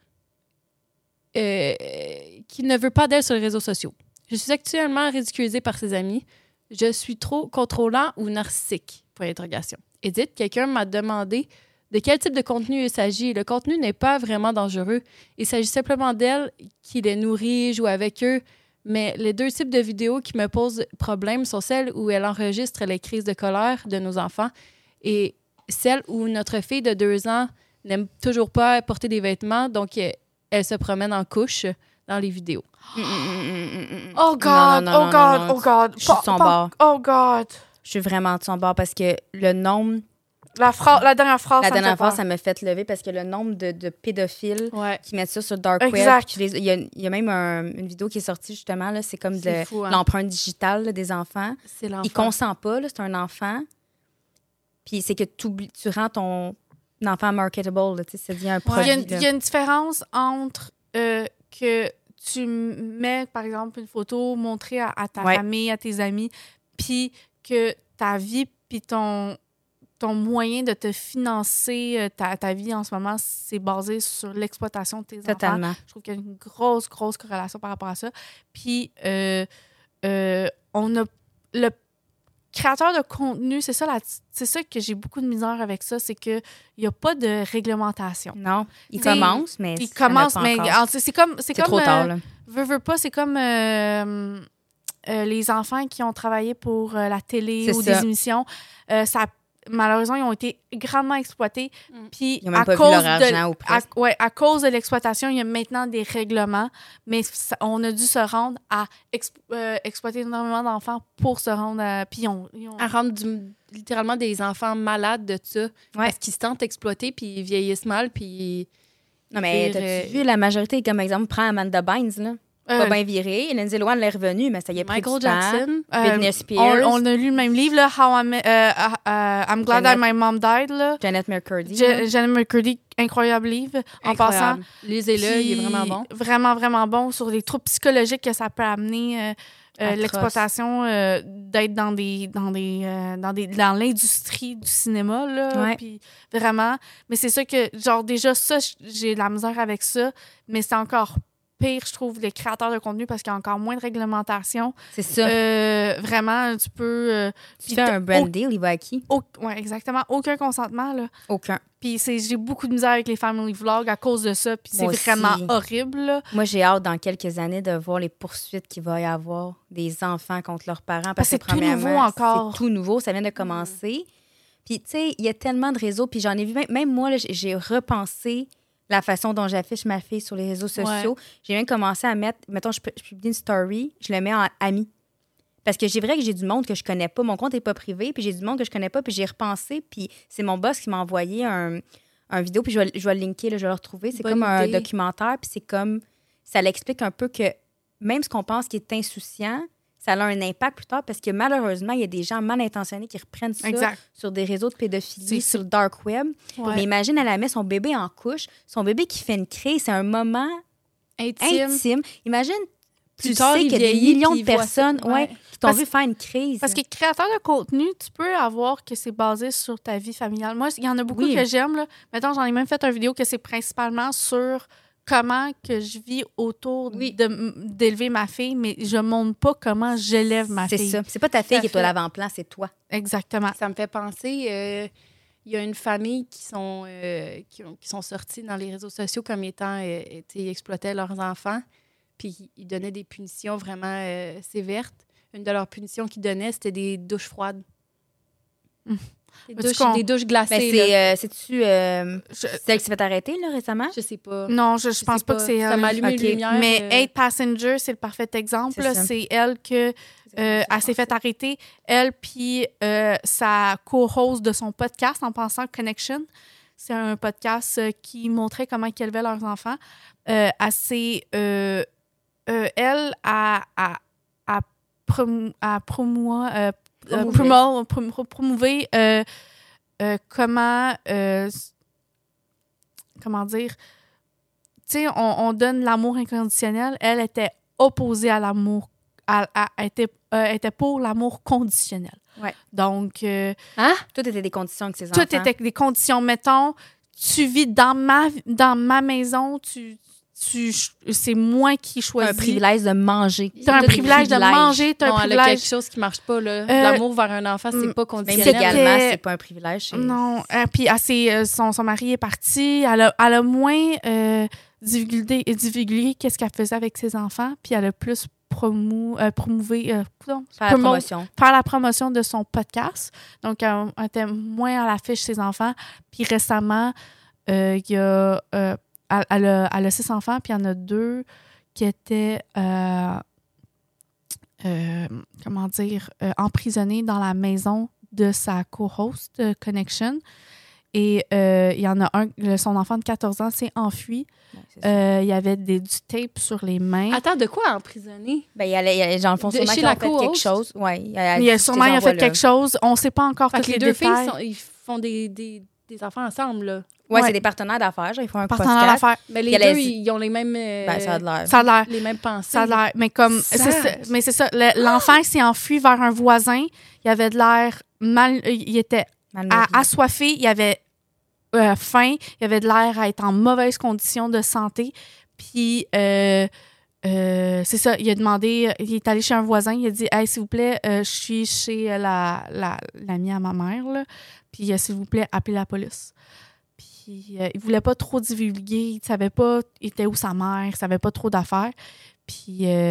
qui ne veut pas d'elle sur les réseaux sociaux. Je suis actuellement ridiculisée par ses amis. Je suis trop contrôlant ou narcissique? Point d'interrogation. Edith, quelqu'un m'a demandé de quel type de contenu il s'agit. Le contenu n'est pas vraiment dangereux. Il s'agit simplement d'elle qui les nourrit, joue avec eux. Mais les 2 types de vidéos qui me posent problème sont celles où elle enregistre les crises de colère de nos enfants et celles où notre fille de 2 ans n'aime toujours pas porter des vêtements, donc elle se promène en couche dans les vidéos. Oh God, oh God. Je suis de son bord. Oh God. Je suis vraiment de son bord parce que le nombre... La dernière phrase, ça m'a fait lever parce que le nombre de pédophiles qui mettent ça sur le dark exact. web. Il y a même une vidéo qui est sortie justement, là, c'est comme l'empreinte digitale là, des enfants. C'est l'enfant. Il consent pas, là, c'est un enfant. Puis c'est que tu rends ton enfant marketable, là, ça devient un produit. Il y a une différence entre que tu mets, par exemple, une photo montrée à ta famille, à tes amis, puis que ta vie, puis ton moyen de te financer ta vie en ce moment, c'est basé sur l'exploitation de tes Totalement. enfants. Je trouve qu'il y a une grosse corrélation par rapport à ça. Puis, on a le créateur de contenu, c'est ça que j'ai beaucoup de misère avec ça, c'est qu'il n'y a pas de réglementation. Non, il commence, mais il commence, mais c'est comme trop tard, là. Veux pas, c'est comme les enfants qui ont travaillé pour la télé ou des émissions. Malheureusement, ils ont été grandement exploités. Puis ils n'ont même pas vu leur argent ou presque. À cause de l'exploitation, il y a maintenant des règlements, mais on a dû se rendre à exploiter énormément d'enfants pour se rendre à... Puis à rendre littéralement des enfants malades de ça. Parce qu'ils se tentent d'exploiter, puis ils vieillissent mal, puis... Non, mais t'as-tu vu, la majorité, comme exemple, prends Amanda Bynes, là. Pas bien viré. Lindsay Lohan l'est revenue, mais ça y est pris Michael du temps. Jackson. Britney Spears. On a lu le même livre, là, I'm Glad That My Mom Died. Là. Janet McCurdy. Janet McCurdy, incroyable livre. En passant. Lisez-le, il est vraiment bon. Vraiment, vraiment bon sur les troubles psychologiques que ça peut amener. L'exploitation d'être dans l'industrie du cinéma, là. Puis vraiment. Mais c'est ça que, genre, déjà, ça, j'ai de la misère avec ça, mais c'est encore pire, je trouve, les créateurs de contenu parce qu'il y a encore moins de réglementation. C'est ça. Vraiment, tu peux... tu fais un brand deal, il va à qui? Oui, exactement. Aucun consentement, là. Aucun. Puis j'ai beaucoup de misère avec les family vlogs à cause de ça, puis c'est vraiment horrible, là. Moi, j'ai hâte dans quelques années de voir les poursuites qu'il va y avoir des enfants contre leurs parents. Parce que c'est tout nouveau encore. C'est tout nouveau, ça vient de commencer. Puis, tu sais, il y a tellement de réseaux, puis j'en ai vu, même moi, là, j'ai repensé la façon dont j'affiche ma fille sur les réseaux sociaux. J'ai même commencé à mettre, mettons, je publie une story, je le mets en ami. Parce que j'ai vrai que j'ai du monde que je connais pas. Mon compte n'est pas privé, puis j'ai du monde que je connais pas, puis j'ai repensé, puis c'est mon boss qui m'a envoyé un vidéo, puis je vais le linker, là, je vais le retrouver. C'est comme un documentaire, puis c'est comme... Ça l'explique un peu que même ce qu'on pense qui est insouciant, ça a un impact plus tard, parce que malheureusement, il y a des gens mal intentionnés qui reprennent ça sur des réseaux de pédophilie, sur le dark web. Mais imagine, elle met son bébé en couche, son bébé qui fait une crise, c'est un moment intime. Imagine, tu sais qu'il y a des millions de personnes qui t'ont vu faire une crise. Parce que créateur de contenu, tu peux avoir que c'est basé sur ta vie familiale. Moi, il y en a beaucoup que j'aime. Là. Mettons, j'en ai même fait une vidéo que c'est principalement sur comment que je vis autour d'élever ma fille, mais je ne montre pas comment j'élève ma fille. C'est ça. C'est pas ta fille qui est au l'avant-plan, c'est toi. Exactement. Ça me fait penser... il y a une famille qui sont sortis dans les réseaux sociaux comme étant... ils exploitaient leurs enfants, puis ils donnaient des punitions vraiment sévères. Une de leurs punitions qu'ils donnaient, c'était des douches froides. Des douches glacées. C'est-tu celle qui s'est fait arrêter là, récemment? Je sais pas. Non, je pense pas que c'est elle. Ça m'a allumé une lumière. Mais 8 Passenger, c'est le parfait exemple. C'est elle elle s'est fait arrêter. Elle puis sa co-host de son podcast, en pensant Connection. C'est un podcast qui montrait comment ils élevaient leurs enfants. Elle promouver comment dire, tu sais, on donne l'amour inconditionnel. Elle était opposée à l'amour, était pour l'amour conditionnel. Ouais. Donc, tout était des conditions avec ses enfants. Tout était des conditions. Mettons, tu vis dans ma maison, c'est moi qui choisis. Un privilège de manger. T'as un privilège de manger, t'as un privilège... Elle a quelque chose qui marche pas, là. L'amour vers un enfant, c'est pas conditionnel. Même légalement, c'est pas un privilège. Non. Puis son mari est parti. Elle a moins divulgué qu'est-ce qu'elle faisait avec ses enfants, puis elle a plus faire la promotion de son podcast. Donc, elle était moins à l'affiche ses enfants. Puis récemment, il y a... Elle a 6 enfants, puis il y en a 2 qui étaient, emprisonnés dans la maison de sa co-host Connection. Et il y en a un, son enfant de 14 ans s'est enfui. Il y avait du tape sur les mains. Attends, de quoi emprisonné? Ben, il y a sûrement qu'il a fait quelque chose. Ouais, il a sûrement fait quelque chose. On ne sait pas encore tous les détails. Les 2 filles, ils font des enfants ensemble, là. Ouais, c'est des partenaires d'affaires. Genre, ils font un partenaire d'affaires. Mais les deux, ils ont les mêmes... ça a l'air. Ça a l'air. Les mêmes pensées. Ça a l'air. Mais comme... c'est ça. L'enfant s'est enfui vers un voisin. Il avait de l'air mal... Il était assoiffé, il avait faim, il avait de l'air à être en mauvaise condition de santé. Puis, c'est ça, il a demandé, il est allé chez un voisin, il a dit « Hey, s'il vous plaît, je suis chez l'amie à ma mère, là, puis s'il vous plaît, appelez la police. » Puis, il voulait pas trop divulguer, il savait pas était où sa mère, il savait pas trop d'affaires. Puis,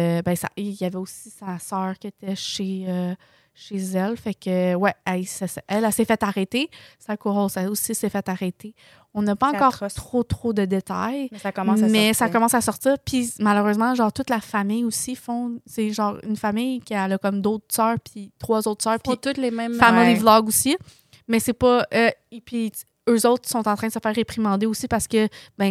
il y avait aussi sa sœur qui était chez elle. Fait que, ouais, elle s'est fait arrêter. Sa couronne, elle aussi s'est fait arrêter. On n'a pas encore trop de détails. Mais ça commence à sortir. Puis, malheureusement, genre, toute la famille aussi c'est genre une famille qui a comme d'autres sœurs, puis 3 autres sœurs. Puis, toutes les mêmes. Family vlog aussi. Mais c'est pas. Et puis, eux autres sont en train de se faire réprimander aussi parce que,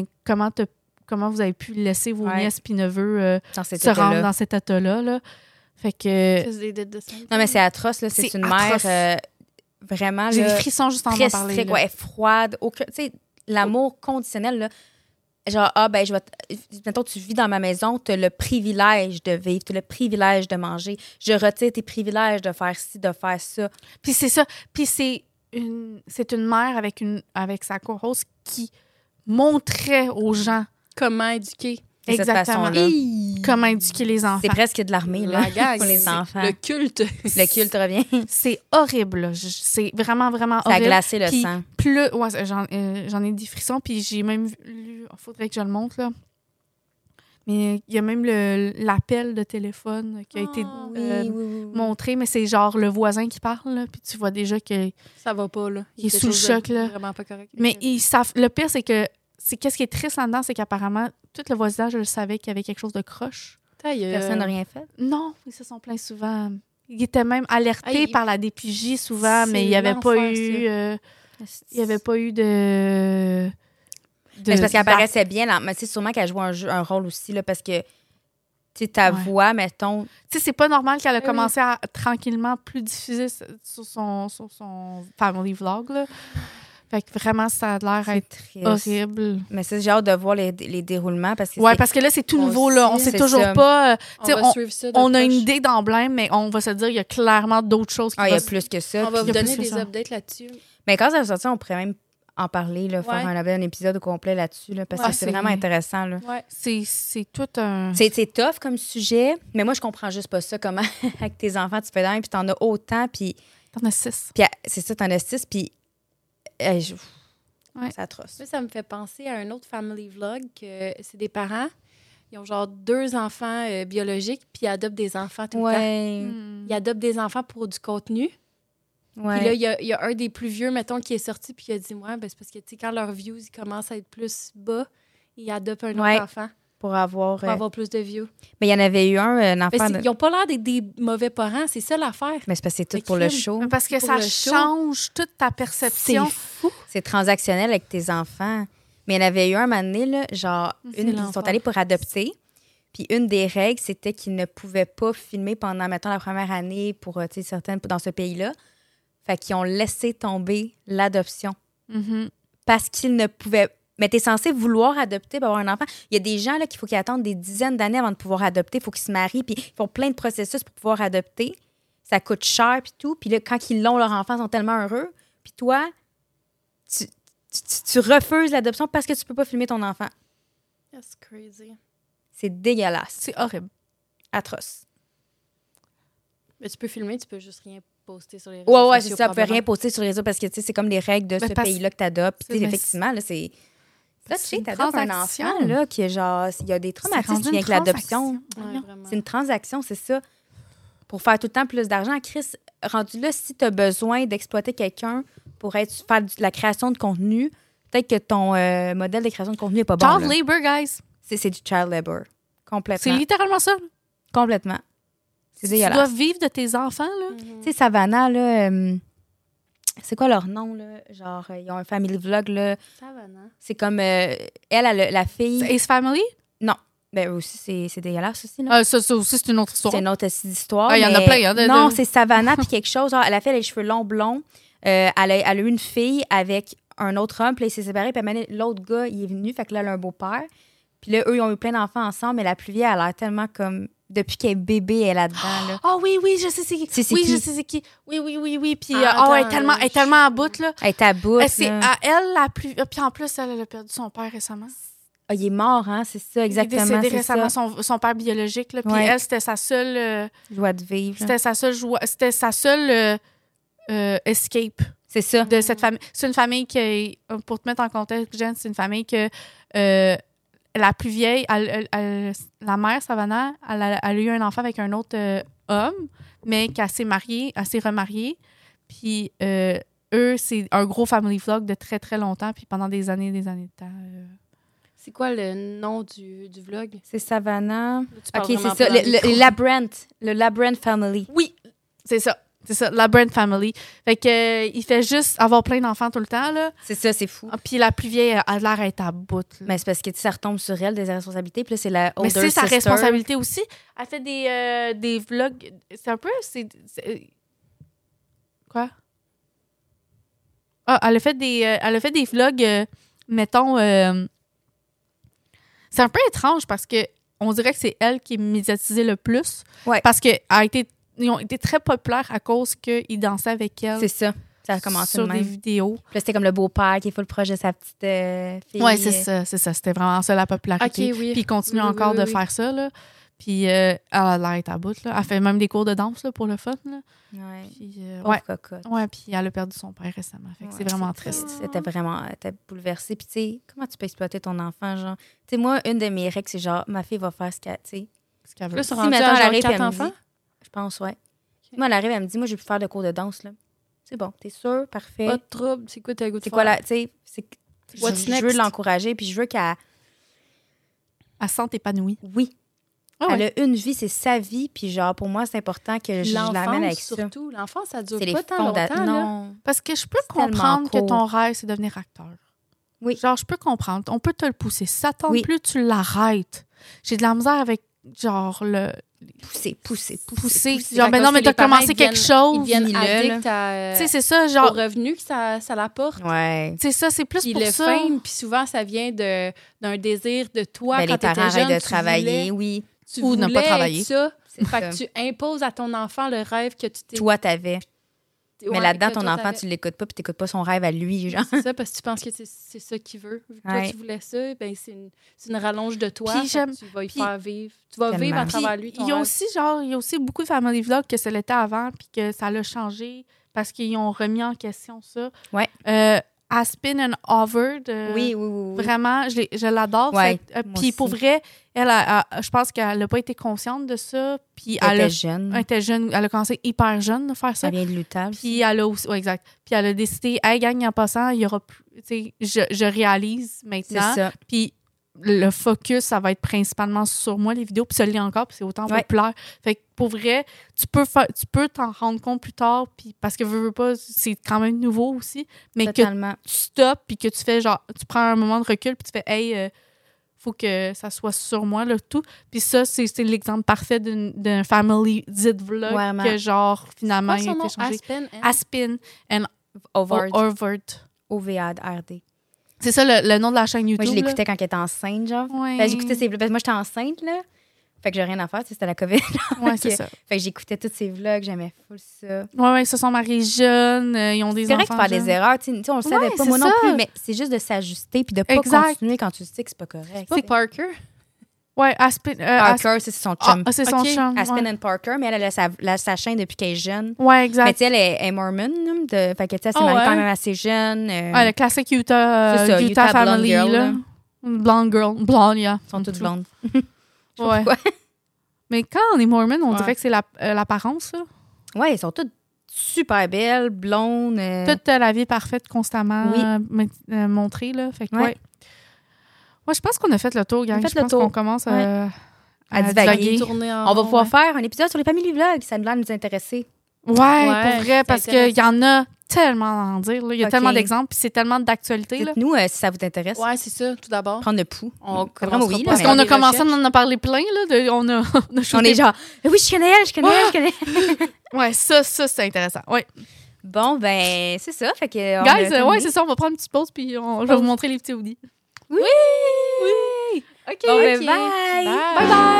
comment vous avez pu laisser vos nièces puis neveux se rendre dans cet état-là, là. Fait que... Non, mais c'est atroce, là. C'est une mère vraiment... J'ai des frissons juste en parler. Très froide. Tu sais, l'amour conditionnel, là. Genre, mettons, tu vis dans ma maison, tu as le privilège de vivre, tu as le privilège de manger. Je retire tes privilèges de faire ci, de faire ça. Puis c'est ça. Puis c'est une mère avec sa co-host qui montrait aux gens comment éduquer. Exactement. Comment éduquer les enfants. C'est presque de l'armée, là, pour les enfants. Le culte. Le culte revient. C'est horrible, là. C'est vraiment, vraiment horrible. Ça a glacé le sang. J'en ai des frissons, puis j'ai même lu... Il faudrait que je le montre, là. Mais il y a même l'appel de téléphone qui a été montré, mais c'est genre le voisin qui parle, là, puis tu vois déjà que... Ça va pas, là. Il est sous le choc, là. Vraiment pas correct. Mais ils savent... Le pire, c'est que... Qu'est-ce qui est triste là-dedans, c'est qu'apparemment, tout le voisinage, je le savais qu'il y avait quelque chose de croche. Personne n'a rien fait? Non, ils se sont plaints souvent. Ils étaient même alertés par la DPJ souvent, mais il n'y avait pas eu... il n'y avait pas eu de... Mais c'est parce qu'elle paraissait bien. Là. Mais c'est sûrement qu'elle joue un rôle aussi, là, parce que ta voix, mettons... Tu sais, c'est pas normal qu'elle a commencé à tranquillement plus diffuser sur son family vlog, là. Fait que vraiment, ça a l'air d'être horrible. Mais c'est j'ai hâte de voir les déroulements. Parce que parce que là, c'est tout nouveau. Là. On sait toujours pas... on a une idée d'emblème, mais on va se dire qu'il y a clairement d'autres choses qui il y a plus que ça. On va vous donner des updates là-dessus. Mais quand ça va sortir, on pourrait même en parler, là, faire un épisode au complet là-dessus, là, parce que c'est vraiment intéressant. Là. Ouais. C'est tout un... C'est tough comme sujet, mais moi, je comprends juste pas ça. Comment, avec tes enfants, tu fais dingue, puis t'en as autant, puis... T'en as 6. Puis c'est ça, t'en as 6, puis... C'est atroce. Moi, ça me fait penser à un autre family vlog que c'est des parents. Ils ont genre 2 enfants biologiques, puis ils adoptent des enfants tout le temps. Ils adoptent des enfants pour du contenu. Puis là, il y a un des plus vieux, mettons, qui est sorti, puis il a dit c'est parce que, tu sais, quand leurs views ils commencent à être plus bas, ils adoptent un autre enfant. Pour avoir plus de views. Mais il y en avait eu un enfant... Ils n'ont pas l'air d'être des mauvais parents, c'est ça l'affaire. Mais c'est parce que c'est tout pour le show. Mais parce que ça change toute ta perception. C'est fou. C'est transactionnel avec tes enfants. Mais il y en avait eu un moment donné, là, genre, ils sont allés pour adopter. Puis une des règles, c'était qu'ils ne pouvaient pas filmer pendant, mettons, la première année pour, tu sais, certaines dans ce pays-là. Fait qu'ils ont laissé tomber l'adoption. Parce qu'ils ne pouvaient... Mais t'es censé vouloir adopter pour avoir un enfant. Il y a des gens là, qu'il faut qu'ils attendent des dizaines d'années avant de pouvoir adopter. Il faut qu'ils se marient, puis ils font plein de processus pour pouvoir adopter. Ça coûte cher, puis tout. Puis là, quand ils l'ont, leur enfant, ils sont tellement heureux. Puis toi, tu refuses l'adoption parce que tu peux pas filmer ton enfant. That's crazy. C'est dégueulasse. C'est horrible. Atroce. Mais tu peux filmer, tu peux juste rien poster sur les réseaux sociaux. Ouais, c'est ça. Tu peux rien poster sur les réseaux parce que c'est comme les règles de ce pays-là que tu adoptes. Effectivement, là, c'est... Là, tu sais que t'adoptes un enfant, là, qui est genre... Il y a des traumatismes qui viennent avec l'adoption. C'est une transaction, c'est ça. Pour faire tout le temps plus d'argent. Chris, rendu là, si tu as besoin d'exploiter quelqu'un pour faire de la création de contenu, peut-être que ton modèle de création de contenu n'est pas bon. Child labor, guys. C'est du child labor. Complètement. C'est littéralement ça. Complètement. C'est dégueulasse. Tu dois vivre de tes enfants, là. Tu sais, Savannah, là... c'est quoi leur nom, là? Genre, ils ont un family vlog, là. Savannah. C'est comme... la fille... Ace Family? Non. Ben aussi, c'est dégueulasse aussi, là. Ça aussi, c'est une autre histoire. C'est une autre histoire. Il y en a plein. Non, c'est Savannah puis quelque chose. Genre, elle a fait les cheveux longs, blonds. Elle a eu une fille avec un autre homme, puis là, il s'est séparé, puis l'autre gars, il est venu, fait que là, elle a un beau-père. Puis là, eux, ils ont eu plein d'enfants ensemble, mais la plus vieille, elle a l'air tellement comme Depuis qu'elle est bébé, elle est là-dedans. Là. Ah oui, je sais c'est qui. C'est oui, qui? je sais c'est qui. Oui. Puis Attends, elle est tellement à bout, là. Elle est à bout. C'est à elle la plus... Puis en plus, elle a perdu son père récemment. Ah, il est mort, hein? C'est ça, exactement. Il est décédé c'est récemment, ça. son père biologique. Là. Puis Ouais. elle, c'était sa seule... Joie de vivre. c'était sa seule joie. C'était sa seule escape C'est ça. de cette famille. C'est une famille qui... Pour te mettre en contexte, Jen, c'est une famille que... la plus vieille, la mère, Savannah, elle a eu un enfant avec un autre homme, mais qu'elle s'est remariée. Puis eux, c'est un gros family vlog de très, très longtemps, puis pendant des années de temps. C'est quoi le nom du vlog? C'est Savannah. Tu parles OK, c'est vraiment ça. pas dans le micro. Le Labyrinth Family. Oui, c'est ça. C'est ça, la Brand Family. Fait que il fait juste avoir plein d'enfants tout le temps, là. C'est ça, c'est fou. Puis la plus vieille, elle a l'air d'être à bout. Là. Mais c'est parce que ça retombe sur elle, des responsabilités. Puis là, c'est la older Mais c'est sa sister. responsabilité aussi. Elle fait des vlogs. C'est un peu. Quoi? Ah, elle a fait des vlogs, mettons. C'est un peu étrange parce que on dirait que c'est elle qui est médiatisée le plus. Ouais. Parce qu'ils ont été très populaires à cause qu'ils dansaient avec elle. C'est ça. Ça a commencé sur de des même. vidéos. Puis là, c'était comme le beau-père qui est full proche de sa petite fille. Oui, c'est ça. C'était vraiment ça, la popularité. OK, oui. Puis il continue Oui, encore oui, de oui. faire ça, là. Puis elle a l'air à bout, là. Elle fait même des cours de danse, là, pour le fun, là. Ouais. Puis, Pauvre cocotte. ouais, puis elle a perdu son père récemment. Fait que c'est vraiment triste. C'était vraiment bouleversée. Puis, tu sais, comment tu peux exploiter ton enfant, genre? Tu sais, moi, une de mes règles, c'est genre, ma fille va faire ce qu'elle, tu sais. Ce qu'elle veut. Là, ils sont Si, rendus mettons, à elle genre arrive, 4 elle me enfants? dit- Je pense, ouais. Moi, elle arrive, elle me dit, moi, je vais plus faire de cours de danse, là. C'est bon, t'es sûr? Parfait. Pas de trouble. C'est quoi t'as goût de C'est faire? quoi, là, tu sais, What's je veux next? l'encourager, puis je veux qu'elle... Elle se sent épanouie. Oui. Ah Elle ouais. a une vie, c'est sa vie, puis genre, pour moi, c'est important que je l'amène avec ça. surtout. L'enfant, ça dure C'est les pas tant longtemps, fondateurs. là. Non. Parce que je peux C'est tellement comprendre que court. ton rêve, c'est devenir acteur. Oui. Genre, je peux comprendre. On peut te le pousser. Si ça tente Oui. plus, tu l'arrêtes. J'ai de la misère avec, genre, le Pousser. pousser. Genre, ben non, mais t'as commencé quelque Ils chose. viennent Fini-le, addicts Tu sais, c'est ça, au genre, revenu que ça l'apporte. Ouais. c'est ça, c'est plus Puis pour le ça. fame, puis souvent, ça vient d'un désir de toi Ben, quand les parents t'étais jeune. arrêtent de tu travailler, voulais- oui. tu Ou ne pas voulais être travailler. Ça. C'est Fait ça. que tu imposes à ton enfant le rêve que tu t'es... Toi, t'avais. Mais Ouais, là-dedans, que ton toi, enfant, t'avais. tu l'écoutes pas, puis t'écoutes pas son rêve à lui, genre. C'est ça, parce que tu penses que c'est ça qu'il veut. Vu que toi, Ouais. tu voulais ça, ben c'est une rallonge de toi. Puis fait que j'aime- tu vas y puis- faire vivre. Tu vas Tellement. vivre à Puis travers lui ton Il y a rêve. aussi, genre, il y a aussi beaucoup de family vlogs que ça l'était avant, puis que ça l'a changé parce qu'ils ont remis en question ça. Ouais. Aspen and Harvard. Oui. Vraiment, je l'adore. Ouais, cette- moi puis pour aussi. vrai, je pense qu'elle n'a pas été consciente de ça. Puis Elle elle était jeune. était jeune. Elle a commencé hyper jeune de faire ça. Ça vient de l'utable. Puis elle a aussi, ouais, exact. Puis elle a décidé, hey gang, en passant, il y aura plus. Tu sais, je réalise C'est maintenant. ça. Puis le focus, ça va être principalement sur moi, les vidéos. Puis ça l'est encore, puis c'est autant Ouais. populaire. Fait que pour vrai, tu peux t'en rendre compte plus tard. Puis parce que veux pas, c'est quand même nouveau aussi. Mais Totalement. que tu stoppes, puis que tu fais genre, tu prends un moment de recul, puis tu fais, hey, faut que ça soit sur moi, là, tout. Puis ça, c'est l'exemple parfait d'un family dit vlog Vraiment. que genre, finalement, Quoi il a son nom? été changé. Aspen and- Aspen and Ovard. Harvard. OVAD. C'est ça le nom de la chaîne YouTube. Moi, je là. l'écoutais quand elle était enceinte, genre. Ouais. Ben, j'écoutais ses vlogs. Parce que moi, j'étais enceinte, là. Fait que j'ai rien à faire, tu sais, c'était la COVID. Ouais, c'est Ok. ça. Fait que j'écoutais tous ses vlogs, j'aimais full ça. Ouais, ils se sont mariés jeunes, ils ont des C'est enfants. correct de faire jeunes. des erreurs, tu sais, on le savait Ouais, pas, c'est moi non ça. plus, mais c'est juste de s'ajuster puis de pas Exact. continuer quand tu sais que c'est pas correct. C'est Parker. Ouais, Aspen. Parker, c'est son chum. c'est son Ok. chum. Aspen ouais. and Parker, mais elle a sa chaîne depuis qu'elle est jeune. Ouais, Mais exact. tu sais, elle est mormon, là, fait que tu sais, elle s'est Oh, mariée ouais. quand même assez jeune. Ouais, le classique Utah, C'est ça, Utah Utah blonde Family, girl, là. là. Blonde girl. Blonde, yeah. Ils sont toutes blondes. Ouais. pourquoi. Mais quand on est Mormon, on Ouais. dirait que c'est l'apparence, là. Ouais, ils sont toutes super belles, blondes. Toute la vie parfaite constamment Oui. montrée, là. Fait que, Ouais. ouais. Moi, je pense qu'on a fait le tour, gang. On a fait Je le pense tour. qu'on commence Ouais. À divaguer. Tourner en On va rond, pouvoir ouais. faire un épisode sur les family vlogs, ça nous a l'air de nous intéresser. Ouais, Ouais, pour vrai, c'est parce qu'il y en a tellement à en dire. Là. Il y a Ok. tellement d'exemples, puis c'est tellement d'actualité. Là. Dites-nous si ça vous intéresse. Ouais, c'est ça, tout d'abord. Prendre le pouls. On Vraiment, oui, là, Parce mais- qu'on a des commencé, recherches. on en a parlé plein. Là, on a On shooté- est genre, oui, je connais elle, je connais. Ouais, ça c'est intéressant. Ouais. Bon, ben, c'est ça. Fait que, on a Guys, terminé. ouais, c'est ça, on va prendre une petite pause, puis je vais vous montrer les petits hoodies. Oui! OK. Bon, ben, Ok. bye! Bye. Bye bye!